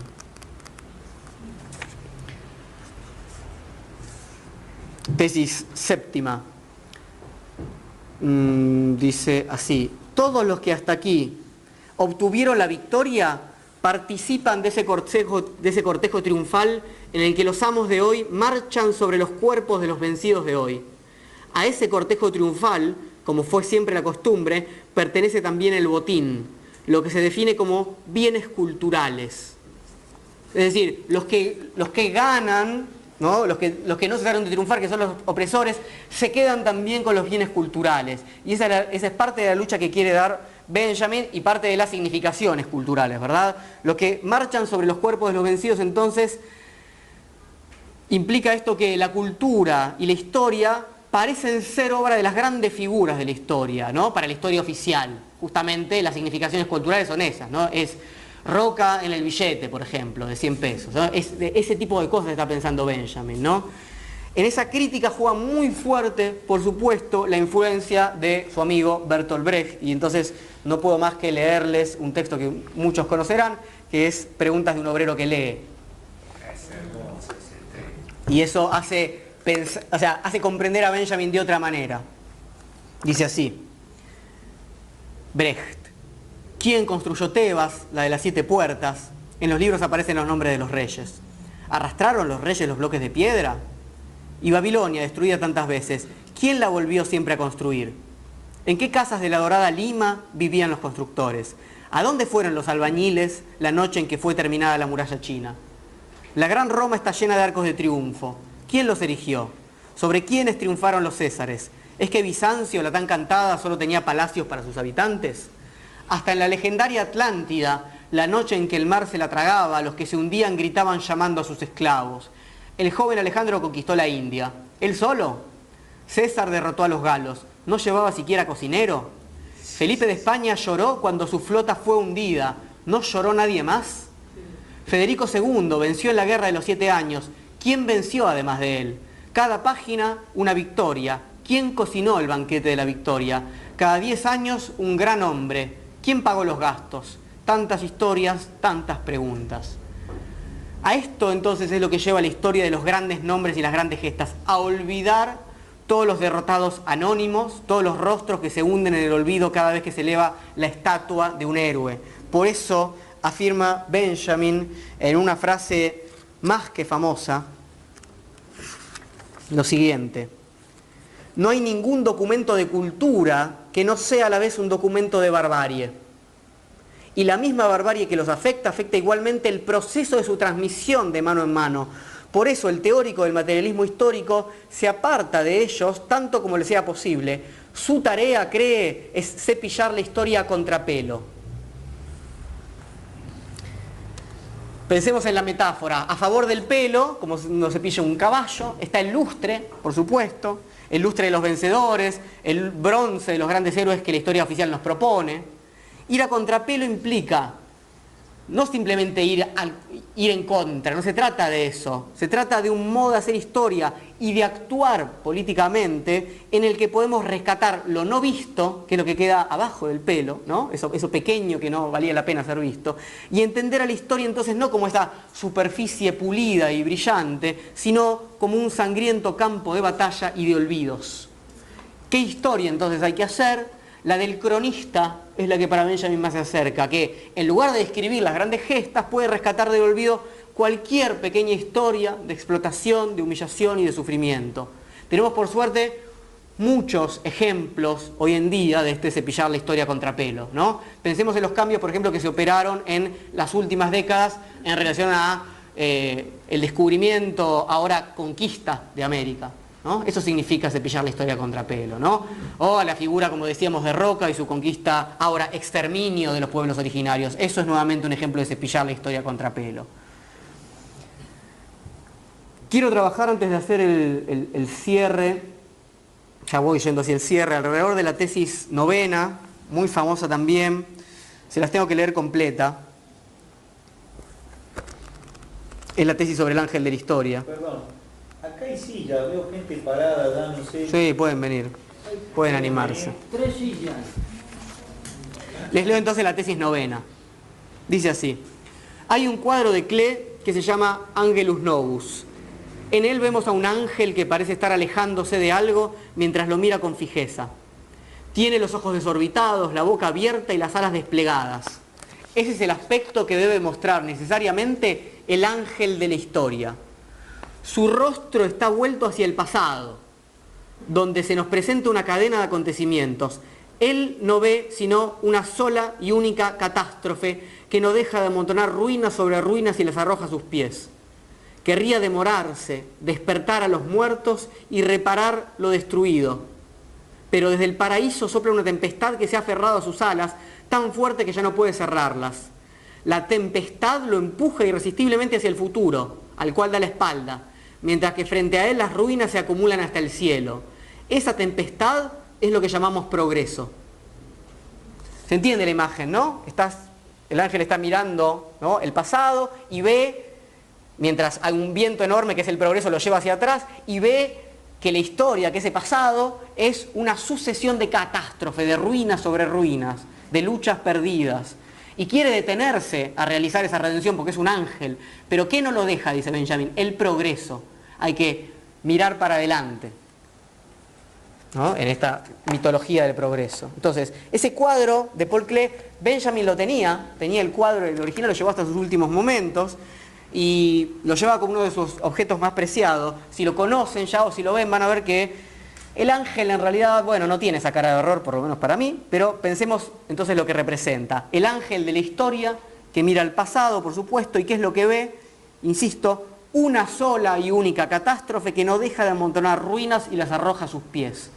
Tesis séptima. Dice así: todos los que hasta aquí obtuvieron la victoria participan de ese cortejo triunfal en el que los amos de hoy marchan sobre los cuerpos de los vencidos de hoy. A ese cortejo triunfal, como fue siempre la costumbre, pertenece también el botín, lo que se define como bienes culturales. Es decir, los que ganan, ¿no? Los que no cesaron de triunfar, que son los opresores, se quedan también con los bienes culturales. Y esa es parte de la lucha que quiere dar Benjamin y parte de las significaciones culturales, ¿verdad? Los que marchan sobre los cuerpos de los vencidos, entonces, implica esto que la cultura y la historia parecen ser obra de las grandes figuras de la historia, ¿no? Para la historia oficial, justamente las significaciones culturales son esas, ¿no? Es Roca en el billete, por ejemplo, de 100 pesos. ¿No? Ese tipo de cosas está pensando Benjamin, ¿no? En esa crítica juega muy fuerte, por supuesto, la influencia de su amigo Bertolt Brecht, y entonces no puedo más que leerles un texto que muchos conocerán, que es Preguntas de un obrero que lee. Y eso hace comprender a Benjamin de otra manera. Dice así: Brecht: ¿quién construyó Tebas, la de las 7 puertas? En los libros aparecen los nombres de los reyes. ¿Arrastraron los reyes los bloques de piedra? Y Babilonia, destruida tantas veces, ¿quién la volvió siempre a construir? ¿En qué casas de la dorada Lima vivían los constructores? ¿A dónde fueron los albañiles la noche en que fue terminada la muralla china? La gran Roma está llena de arcos de triunfo. ¿Quién los erigió? ¿Sobre quiénes triunfaron los césares? ¿Es que Bizancio, la tan cantada, solo tenía palacios para sus habitantes? Hasta en la legendaria Atlántida, la noche en que el mar se la tragaba, los que se hundían gritaban llamando a sus esclavos. El joven Alejandro conquistó la India. ¿Él solo? César derrotó a los galos. ¿No llevaba siquiera cocinero? Felipe de España lloró cuando su flota fue hundida. ¿No lloró nadie más? Federico II venció en la guerra de los 7 años. ¿Quién venció además de él? Cada página una victoria. ¿Quién cocinó el banquete de la victoria? Cada 10 años un gran hombre. ¿Quién pagó los gastos? Tantas historias, tantas preguntas. A esto entonces es lo que lleva la historia de los grandes nombres y las grandes gestas, a olvidar todos los derrotados anónimos, todos los rostros que se hunden en el olvido cada vez que se eleva la estatua de un héroe. Por eso afirma Benjamin en una frase más que famosa lo siguiente: no hay ningún documento de cultura que no sea a la vez un documento de barbarie. Y la misma barbarie que los afecta igualmente el proceso de su transmisión de mano en mano. Por eso el teórico del materialismo histórico se aparta de ellos tanto como le sea posible. Su tarea, cree, es cepillar la historia a contrapelo. Pensemos en la metáfora. A favor del pelo, como uno cepilla un caballo, está el lustre, por supuesto, el lustre de los vencedores, el bronce de los grandes héroes que la historia oficial nos propone. Ir a contrapelo implica no simplemente ir en contra, no se trata de eso, se trata de un modo de hacer historia y de actuar políticamente en el que podemos rescatar lo no visto, que es lo que queda abajo del pelo, ¿no? Eso pequeño que no valía la pena ser visto, y entender a la historia entonces no como esa superficie pulida y brillante, sino como un sangriento campo de batalla y de olvidos. ¿Qué historia entonces hay que hacer? La del cronista es la que para Benjamin más se acerca, que en lugar de describir las grandes gestas, puede rescatar del olvido cualquier pequeña historia de explotación, de humillación y de sufrimiento. Tenemos por suerte muchos ejemplos hoy en día de este cepillar la historia a contrapelo, ¿no? Pensemos en los cambios, por ejemplo, que se operaron en las últimas décadas en relación a el descubrimiento, ahora conquista de América, ¿no? Eso significa cepillar la historia a contrapelo, ¿no? O a la figura, como decíamos, de Roca y su conquista, ahora exterminio de los pueblos originarios. Eso es nuevamente un ejemplo de cepillar la historia a contrapelo. Quiero trabajar antes de hacer el cierre, ya voy yendo hacia el cierre, alrededor de la tesis novena, muy famosa también, se las tengo que leer completa. Es la tesis sobre el ángel de la historia. Perdón. Acá hay silla, veo gente parada, ya no sé. Sí, pueden venir, pueden animarse. 3 sillas. Les leo entonces la tesis novena. Dice así: hay un cuadro de Klee que se llama Angelus Novus. En él vemos a un ángel que parece estar alejándose de algo mientras lo mira con fijeza. Tiene los ojos desorbitados, la boca abierta y las alas desplegadas. Ese es el aspecto que debe mostrar necesariamente el ángel de la historia. Su rostro está vuelto hacia el pasado, donde se nos presenta una cadena de acontecimientos. Él no ve sino una sola y única catástrofe que no deja de amontonar ruinas sobre ruinas y las arroja a sus pies. Querría demorarse, despertar a los muertos y reparar lo destruido. Pero desde el paraíso sopla una tempestad que se ha aferrado a sus alas, tan fuerte que ya no puede cerrarlas. La tempestad lo empuja irresistiblemente hacia el futuro, al cual da la espalda, mientras que frente a él las ruinas se acumulan hasta el cielo. Esa tempestad es lo que llamamos progreso. ¿Se entiende la imagen, no? El ángel está mirando, ¿no?, el pasado y ve, mientras hay un viento enorme que es el progreso, lo lleva hacia atrás, y ve que la historia, que ese pasado, es una sucesión de catástrofes, de ruinas sobre ruinas, de luchas perdidas. Y quiere detenerse a realizar esa redención porque es un ángel. Pero ¿qué no lo deja?, dice Benjamin, el progreso. Hay que mirar para adelante, ¿no?, en esta mitología del progreso. Entonces, ese cuadro de Paul Klee, Benjamin lo tenía el cuadro, el original lo llevó hasta sus últimos momentos, y lo lleva como uno de sus objetos más preciados. Si lo conocen ya o si lo ven, van a ver que el ángel en realidad, bueno, no tiene esa cara de horror, por lo menos para mí, pero pensemos entonces lo que representa. El ángel de la historia que mira al pasado, por supuesto, y ¿qué es lo que ve? Insisto, una sola y única catástrofe que no deja de amontonar ruinas y las arroja a sus pies.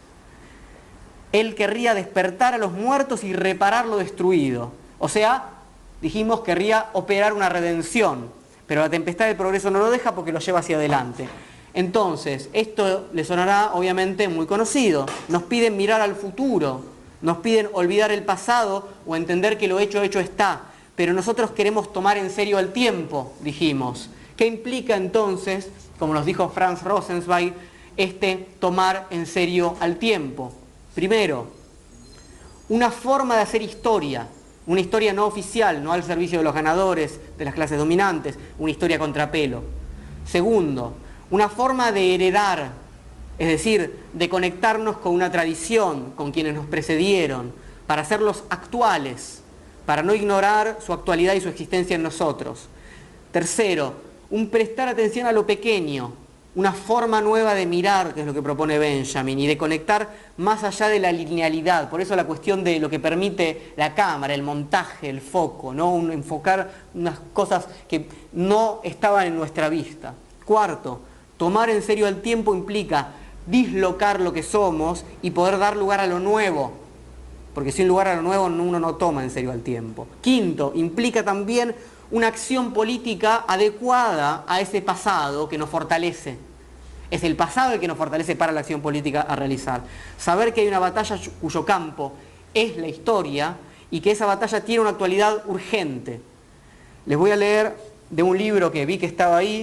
Él querría despertar a los muertos y reparar lo destruido. O sea, dijimos, querría operar una redención, pero la tempestad del progreso no lo deja porque lo lleva hacia adelante. Entonces, esto le sonará obviamente muy conocido. Nos piden mirar al futuro, nos piden olvidar el pasado o entender que lo hecho está. Pero nosotros queremos tomar en serio el tiempo, dijimos. ¿Qué implica entonces, como nos dijo Franz Rosenzweig, tomar en serio al tiempo? Primero, una forma de hacer historia, una historia no oficial, no al servicio de los ganadores, de las clases dominantes, una historia a contrapelo. Segundo, una forma de heredar, es decir, de conectarnos con una tradición, con quienes nos precedieron, para hacerlos actuales, para no ignorar su actualidad y su existencia en nosotros. Tercero, un prestar atención a lo pequeño, una forma nueva de mirar, que es lo que propone Benjamin, y de conectar más allá de la linealidad. Por eso la cuestión de lo que permite la cámara, el montaje, el foco, ¿no? Enfocar unas cosas que no estaban en nuestra vista. Cuarto, tomar en serio el tiempo implica dislocar lo que somos y poder dar lugar a lo nuevo, porque sin lugar a lo nuevo uno no toma en serio el tiempo. Quinto, implica también una acción política adecuada a ese pasado que nos fortalece. Es el pasado el que nos fortalece para la acción política a realizar. Saber que hay una batalla cuyo campo es la historia y que esa batalla tiene una actualidad urgente. Les voy a leer de un libro que vi que estaba ahí,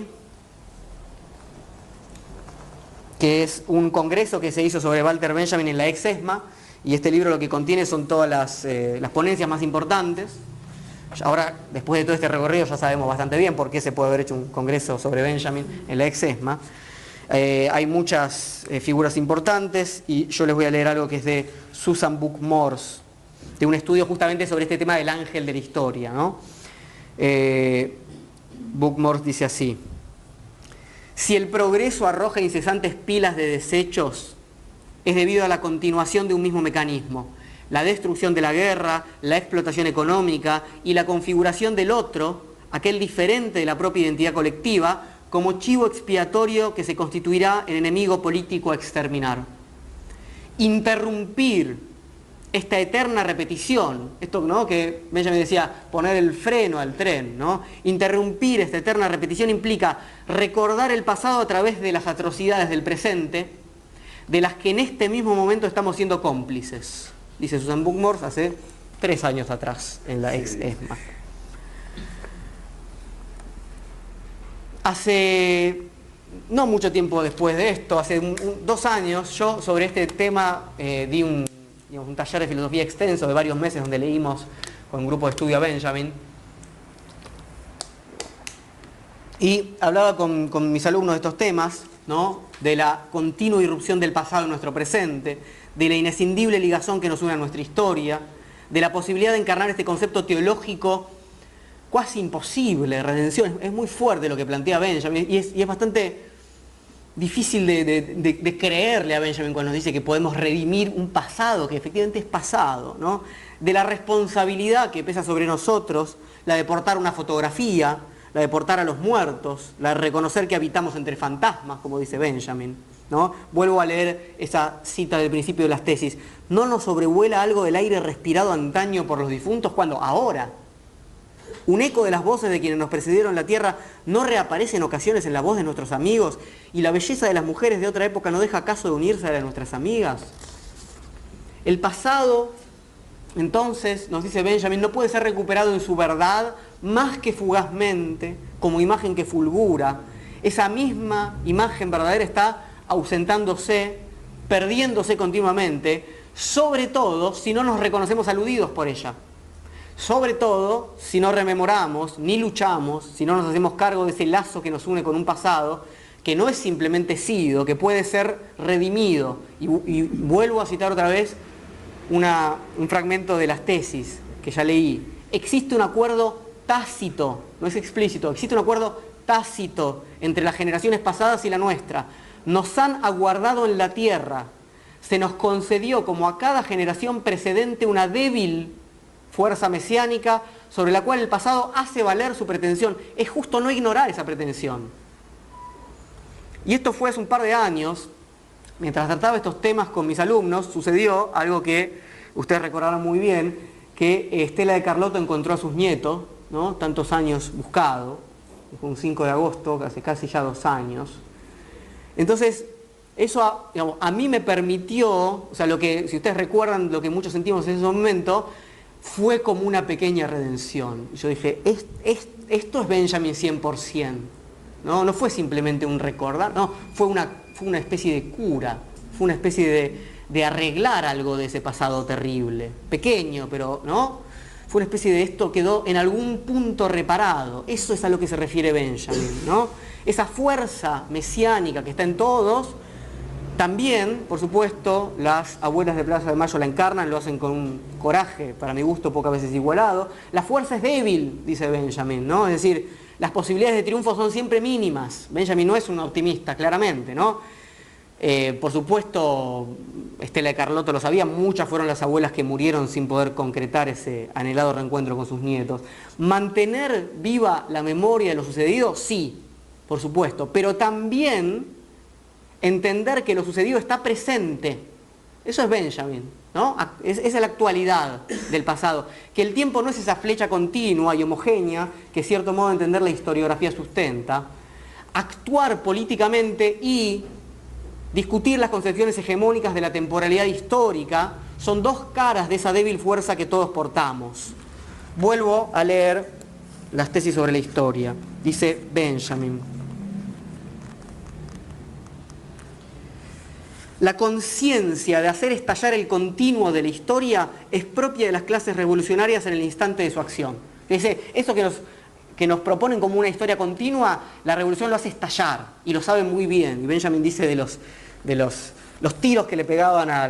que es un congreso que se hizo sobre Walter Benjamin en la ex-ESMA, y este libro lo que contiene son todas las ponencias más importantes. Ahora, después de todo este recorrido, ya sabemos bastante bien por qué se puede haber hecho un congreso sobre Benjamin en la ex-ESMA. Hay muchas figuras importantes y yo les voy a leer algo que es de Susan Buck-Morss, de un estudio justamente sobre este tema del ángel de la historia, ¿no? Buck-Morss dice así: si el progreso arroja incesantes pilas de desechos, es debido a la continuación de un mismo mecanismo, la destrucción de la guerra, la explotación económica y la configuración del otro, aquel diferente de la propia identidad colectiva, como chivo expiatorio que se constituirá en enemigo político a exterminar. Interrumpir esta eterna repetición, esto, ¿no?, que Benjamin decía, poner el freno al tren, ¿no? Interrumpir esta eterna repetición implica recordar el pasado a través de las atrocidades del presente, de las que en este mismo momento estamos siendo cómplices, dice Susan Buck-Morss hace 3 años atrás, en la ex-ESMA. Hace no mucho tiempo después de esto, hace 2 años, yo sobre este tema di un taller de filosofía extenso de varios meses donde leímos con un grupo de estudio a Benjamin. Y hablaba con mis alumnos de estos temas, ¿no?, de la continua irrupción del pasado en nuestro presente, de la inescindible ligazón que nos une a nuestra historia, de la posibilidad de encarnar este concepto teológico casi imposible, redención. Es muy fuerte lo que plantea Benjamin y es bastante difícil de creerle a Benjamin cuando nos dice que podemos redimir un pasado que efectivamente es pasado, ¿no? De la responsabilidad que pesa sobre nosotros, la de portar una fotografía, la de portar a los muertos, la de reconocer que habitamos entre fantasmas, como dice Benjamin, ¿no? Vuelvo a leer esa cita del principio de las tesis. ¿No nos sobrevuela algo del aire respirado antaño por los difuntos cuando ahora un eco de las voces de quienes nos precedieron en la tierra no reaparece en ocasiones en la voz de nuestros amigos y la belleza de las mujeres de otra época no deja acaso de unirse a la de nuestras amigas? El pasado, entonces, nos dice Benjamin, no puede ser recuperado en su verdad más que fugazmente, como imagen que fulgura. Esa misma imagen verdadera está ausentándose, perdiéndose continuamente, sobre todo si no nos reconocemos aludidos por ella. Sobre todo si no rememoramos, ni luchamos, si no nos hacemos cargo de ese lazo que nos une con un pasado, que no es simplemente sido, que puede ser redimido. Y vuelvo a citar otra vez un fragmento de las tesis que ya leí. Existe un acuerdo tácito, no es explícito, existe un acuerdo tácito entre las generaciones pasadas y la nuestra. Nos han aguardado en la tierra, se nos concedió como a cada generación precedente una débil fuerza mesiánica sobre la cual el pasado hace valer su pretensión. Es justo no ignorar esa pretensión. Y esto fue hace un par de años, mientras trataba estos temas con mis alumnos, sucedió algo que ustedes recordarán muy bien, que Estela de Carlotto encontró a sus nietos, ¿no?, tantos años buscado, fue un 5 de agosto, hace casi ya 2 años. Entonces, eso digamos, a mí me permitió, o sea, lo que, si ustedes recuerdan lo que muchos sentimos en ese momento, fue como una pequeña redención. Yo dije, esto es Benjamin 100%, ¿no? No fue simplemente un recordar, no, fue una especie de cura, fue una especie de arreglar algo de ese pasado terrible, pequeño, pero, ¿no? Fue una especie de esto quedó en algún punto reparado. Eso es a lo que se refiere Benjamin, ¿no? Esa fuerza mesiánica que está en todos. También, por supuesto, las abuelas de Plaza de Mayo la encarnan, lo hacen con un coraje, para mi gusto, pocas veces igualado. La fuerza es débil, dice Benjamin, ¿no? Es decir, las posibilidades de triunfo son siempre mínimas. Benjamin no es un optimista, claramente, ¿no? Por supuesto, Estela de Carlotto lo sabía, muchas fueron las abuelas que murieron sin poder concretar ese anhelado reencuentro con sus nietos. ¿Mantener viva la memoria de lo sucedido? Sí, por supuesto, pero también entender que lo sucedido está presente. Es Eso es Benjamin, ¿no? Esa es la actualidad del pasado. Que el tiempo no es esa flecha continua y homogénea que cierto modo de entender la historiografía sustenta. Actuar políticamente y discutir las concepciones hegemónicas de la temporalidad histórica son dos caras de esa débil fuerza que todos portamos. Vuelvo a leer las tesis sobre la historia. Dice Benjamin: la conciencia de hacer estallar el continuo de la historia es propia de las clases revolucionarias en el instante de su acción. Dice, eso que nos proponen como una historia continua, la revolución lo hace estallar, y lo saben muy bien. Y Benjamin dice de los tiros que le pegaban a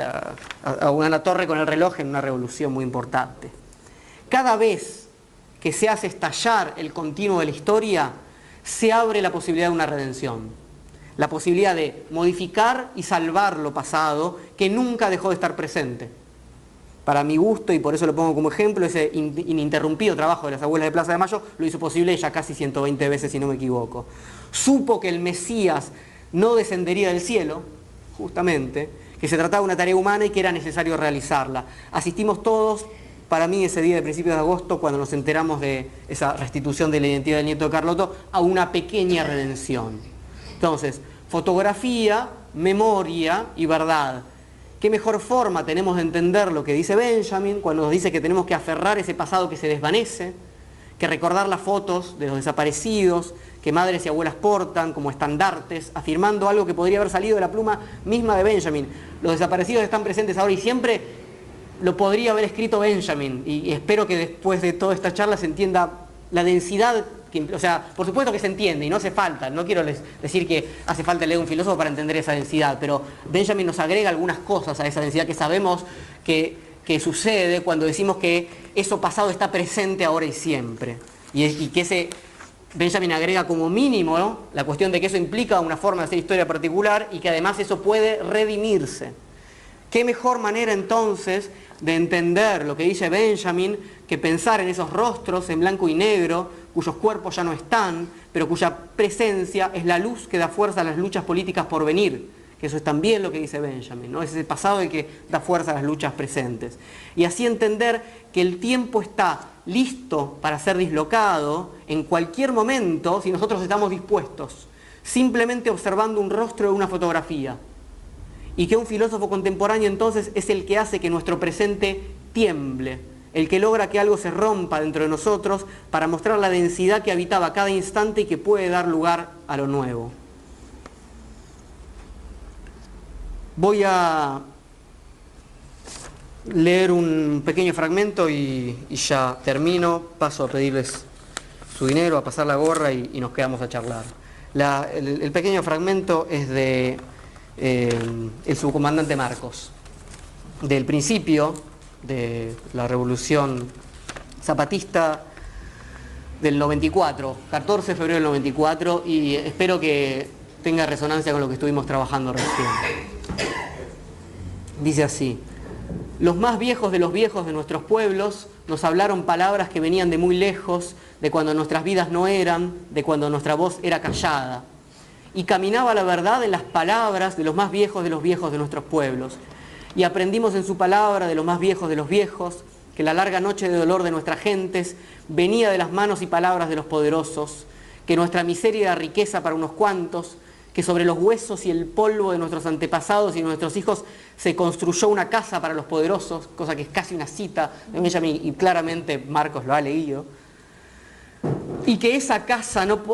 la torre con el reloj en una revolución muy importante. Cada vez que se hace estallar el continuo de la historia, se abre la posibilidad de una redención. La posibilidad de modificar y salvar lo pasado, que nunca dejó de estar presente. Para mi gusto, y por eso lo pongo como ejemplo, ese ininterrumpido trabajo de las abuelas de Plaza de Mayo lo hizo posible ya casi 120 veces, si no me equivoco. Supo que el Mesías no descendería del cielo, justamente, que se trataba de una tarea humana y que era necesario realizarla. Asistimos todos, para mí, ese día de principios de agosto, cuando nos enteramos de esa restitución de la identidad del nieto de Carlotto, a una pequeña redención. Entonces, fotografía, memoria y verdad. ¿Qué mejor forma tenemos de entender lo que dice Benjamin cuando nos dice que tenemos que aferrar ese pasado que se desvanece, que recordar las fotos de los desaparecidos, que madres y abuelas portan como estandartes, afirmando algo que podría haber salido de la pluma misma de Benjamin? Los desaparecidos están presentes ahora y siempre lo podría haber escrito Benjamin, y espero que después de toda esta charla se entienda la densidad. O sea, por supuesto que se entiende y no hace falta, no quiero decir que hace falta leer un filósofo para entender esa densidad, pero Benjamin nos agrega algunas cosas a esa densidad que sabemos que sucede cuando decimos que eso pasado está presente ahora y siempre. Y que ese Benjamin agrega como mínimo, ¿no?, la cuestión de que eso implica una forma de hacer historia particular y que además eso puede redimirse. ¿Qué mejor manera entonces de entender lo que dice Benjamin que pensar en esos rostros en blanco y negro, cuyos cuerpos ya no están, pero cuya presencia es la luz que da fuerza a las luchas políticas por venir? Que eso es también lo que dice Benjamin, ¿no? Es ese pasado el que da fuerza a las luchas presentes. Y así entender que el tiempo está listo para ser dislocado en cualquier momento si nosotros estamos dispuestos, simplemente observando un rostro de una fotografía. Y que un filósofo contemporáneo entonces es el que hace que nuestro presente tiemble, el que logra que algo se rompa dentro de nosotros para mostrar la densidad que habitaba cada instante y que puede dar lugar a lo nuevo. Voy a leer un pequeño fragmento y ya termino. Paso a pedirles su dinero, a pasar la gorra y nos quedamos a charlar. El pequeño fragmento es de el subcomandante Marcos, del principio de la revolución zapatista del 94, 14 de febrero del 94, y espero que tenga resonancia con lo que estuvimos trabajando recién. Dice así: los más viejos de los viejos de nuestros pueblos nos hablaron palabras que venían de muy lejos, de cuando nuestras vidas no eran, de cuando nuestra voz era callada. Y caminaba la verdad en las palabras de los más viejos de los viejos de nuestros pueblos. Y aprendimos en su palabra de los más viejos de los viejos, que la larga noche de dolor de nuestras gentes venía de las manos y palabras de los poderosos, que nuestra miseria era riqueza para unos cuantos, que sobre los huesos y el polvo de nuestros antepasados y de nuestros hijos se construyó una casa para los poderosos, cosa que es casi una cita de Benjamin, y claramente Marcos lo ha leído. Y que a esa casa no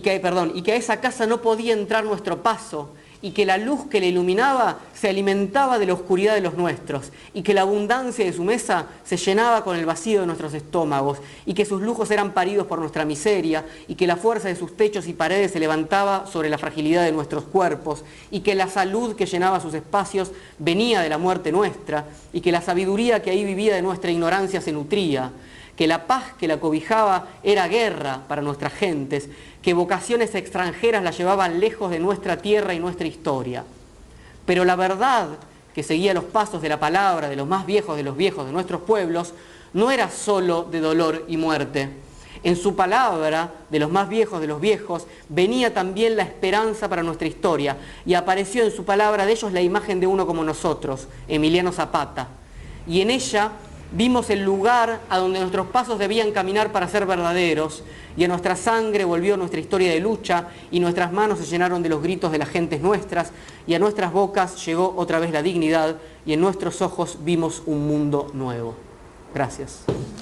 podía entrar nuestro paso, y que la luz que le iluminaba se alimentaba de la oscuridad de los nuestros, y que la abundancia de su mesa se llenaba con el vacío de nuestros estómagos, y que sus lujos eran paridos por nuestra miseria, y que la fuerza de sus techos y paredes se levantaba sobre la fragilidad de nuestros cuerpos, y que la salud que llenaba sus espacios venía de la muerte nuestra, y que la sabiduría que ahí vivía de nuestra ignorancia se nutría, que la paz que la cobijaba era guerra para nuestras gentes, que vocaciones extranjeras la llevaban lejos de nuestra tierra y nuestra historia. Pero la verdad que seguía los pasos de la palabra de los más viejos de los viejos de nuestros pueblos no era solo de dolor y muerte, En su palabra, de los más viejos de los viejos, venía también la esperanza para nuestra historia, y apareció en su palabra de ellos la imagen de uno como nosotros, Emiliano Zapata. Y en ella vimos el lugar a donde nuestros pasos debían caminar para ser verdaderos, y a nuestra sangre volvió nuestra historia de lucha, y nuestras manos se llenaron de los gritos de las gentes nuestras, y a nuestras bocas llegó otra vez la dignidad, y en nuestros ojos vimos un mundo nuevo. Gracias.